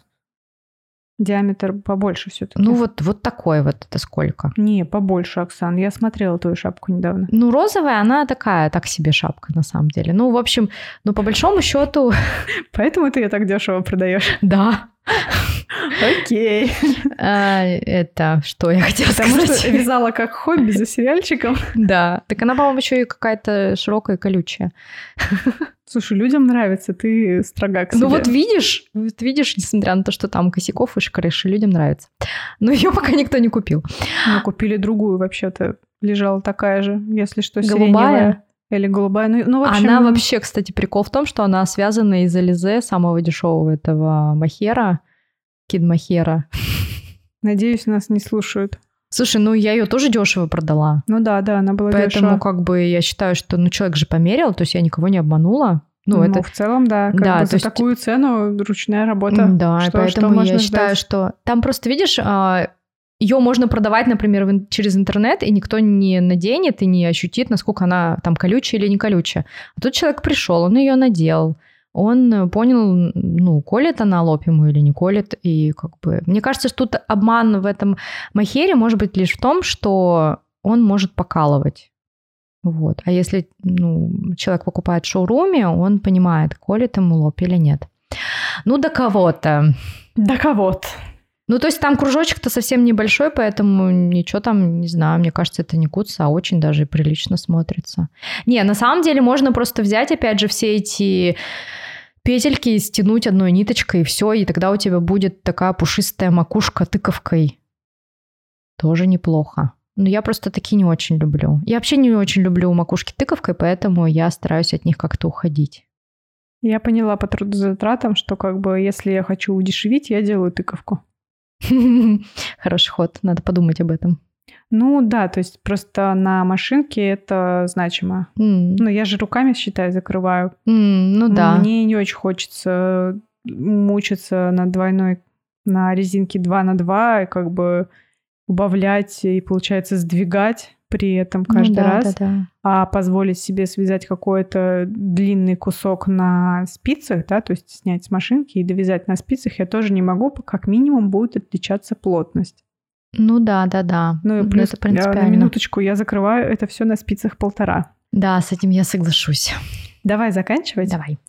Диаметр побольше все-таки. Ну, вот, вот такой вот это сколько. Не, побольше, Оксан. Я смотрела твою шапку недавно. Ну, розовая, она такая, так себе шапка на самом деле. Ну, в общем, ну, по большому счету, Поэтому ты ее так дешево продаешь. да. Окей. А, Это что я хотела Потому сказать? что вязала как хобби за сериальчиком. Да. Так она, по-моему, еще и какая-то широкая и колючая. Слушай, людям нравится, ты строга к себе. Ну вот видишь, вот видишь, несмотря на то, что там косяков и крыши, людям нравится. Но ее пока никто не купил. Мы купили другую вообще-то. Лежала такая же, если что, Голубая? сиреневая. Или голубая. Ну, ну, в общем, Она вообще, кстати, прикол в том, что она связана из Ализе, самого дешевого этого махера, кид-махера. надеюсь, нас не слушают. Слушай, ну я ее тоже дешево продала. Ну да, да, она была Поэтому дешево. как бы я считаю, что ну человек же померил, то есть я никого не обманула. Ну, Ну, это... в целом, да. Как Да, бы то за есть- такую цену ручная работа. Да, и Что- поэтому что можно я ждать? считаю, что... Там просто, видишь, а, ее можно продавать, например, в ин- через интернет, и никто не наденет и не ощутит, насколько она там колючая или не колючая. А тут человек пришел, он ее надел, он понял, ну, колет она лоб ему или не колет, и как бы... Мне кажется, что тут обман в этом мохере может быть лишь в том, что он может покалывать. Вот. А если, ну, человек покупает в шоуруме, он понимает, колет ему лоб или нет. Ну, до кого-то. До кого-то. Ну, то есть там кружочек-то совсем небольшой, поэтому ничего там, не знаю, мне кажется, это не куца, а очень даже прилично смотрится. Не, на самом деле можно просто взять, опять же, все эти петельки, стянуть одной ниточкой, и все, и тогда у тебя будет такая пушистая макушка тыковкой. Тоже неплохо. Но я просто такие не очень люблю. Я вообще не очень люблю макушки тыковкой, поэтому я стараюсь от них как-то уходить. Я поняла по трудозатратам, что как бы если я хочу удешевить, я делаю тыковку. Хороший ход, надо подумать об этом. Ну да, то есть просто на машинке это значимо. Mm. Ну я же руками, считай, закрываю. Mm, ну да. Мне не очень хочется мучиться на двойной, на резинке два на два и как бы убавлять и, получается, сдвигать при этом каждый ну, да, раз. Да, да. А позволить себе связать какой-то длинный кусок на спицах, да, то есть снять с машинки и довязать на спицах я тоже не могу, как минимум будет отличаться плотность. Ну да, да, да. Ну и плюс это принципиально. на минуточку я закрываю это все на спицах полтора. Да, с этим я соглашусь. Давай заканчивать. Давай.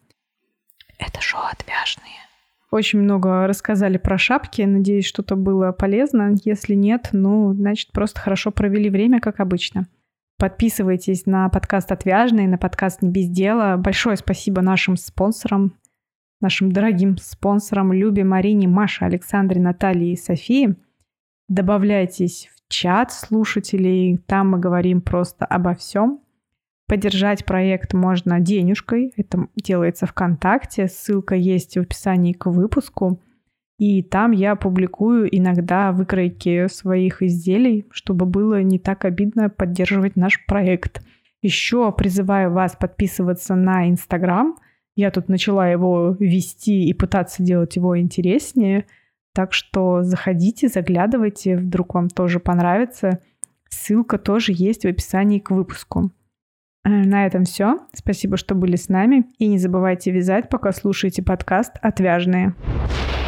Это шоу «Отвяжные». Очень много рассказали про шапки. Надеюсь, что-то было полезно. Если нет, ну, значит, просто хорошо провели время, как обычно. Подписывайтесь на подкаст «Отвяжные», на подкаст «Не без дела». Большое спасибо нашим спонсорам, нашим дорогим спонсорам Любе, Марине, Маше, Александре, Наталье и Софии. Добавляйтесь в чат слушателей. Там мы говорим просто обо всем. Поддержать проект можно денежкой. Это делается ВКонтакте. Ссылка есть в описании к выпуску. И там я публикую иногда выкройки своих изделий, чтобы было не так обидно поддерживать наш проект. Еще призываю вас подписываться на Инстаграм. Я тут начала его вести и пытаться делать его интереснее. Так что заходите, заглядывайте, вдруг вам тоже понравится. Ссылка тоже есть в описании к выпуску. На этом все. Спасибо, что были с нами. И не забывайте вязать, пока слушаете подкаст «Отвяжные».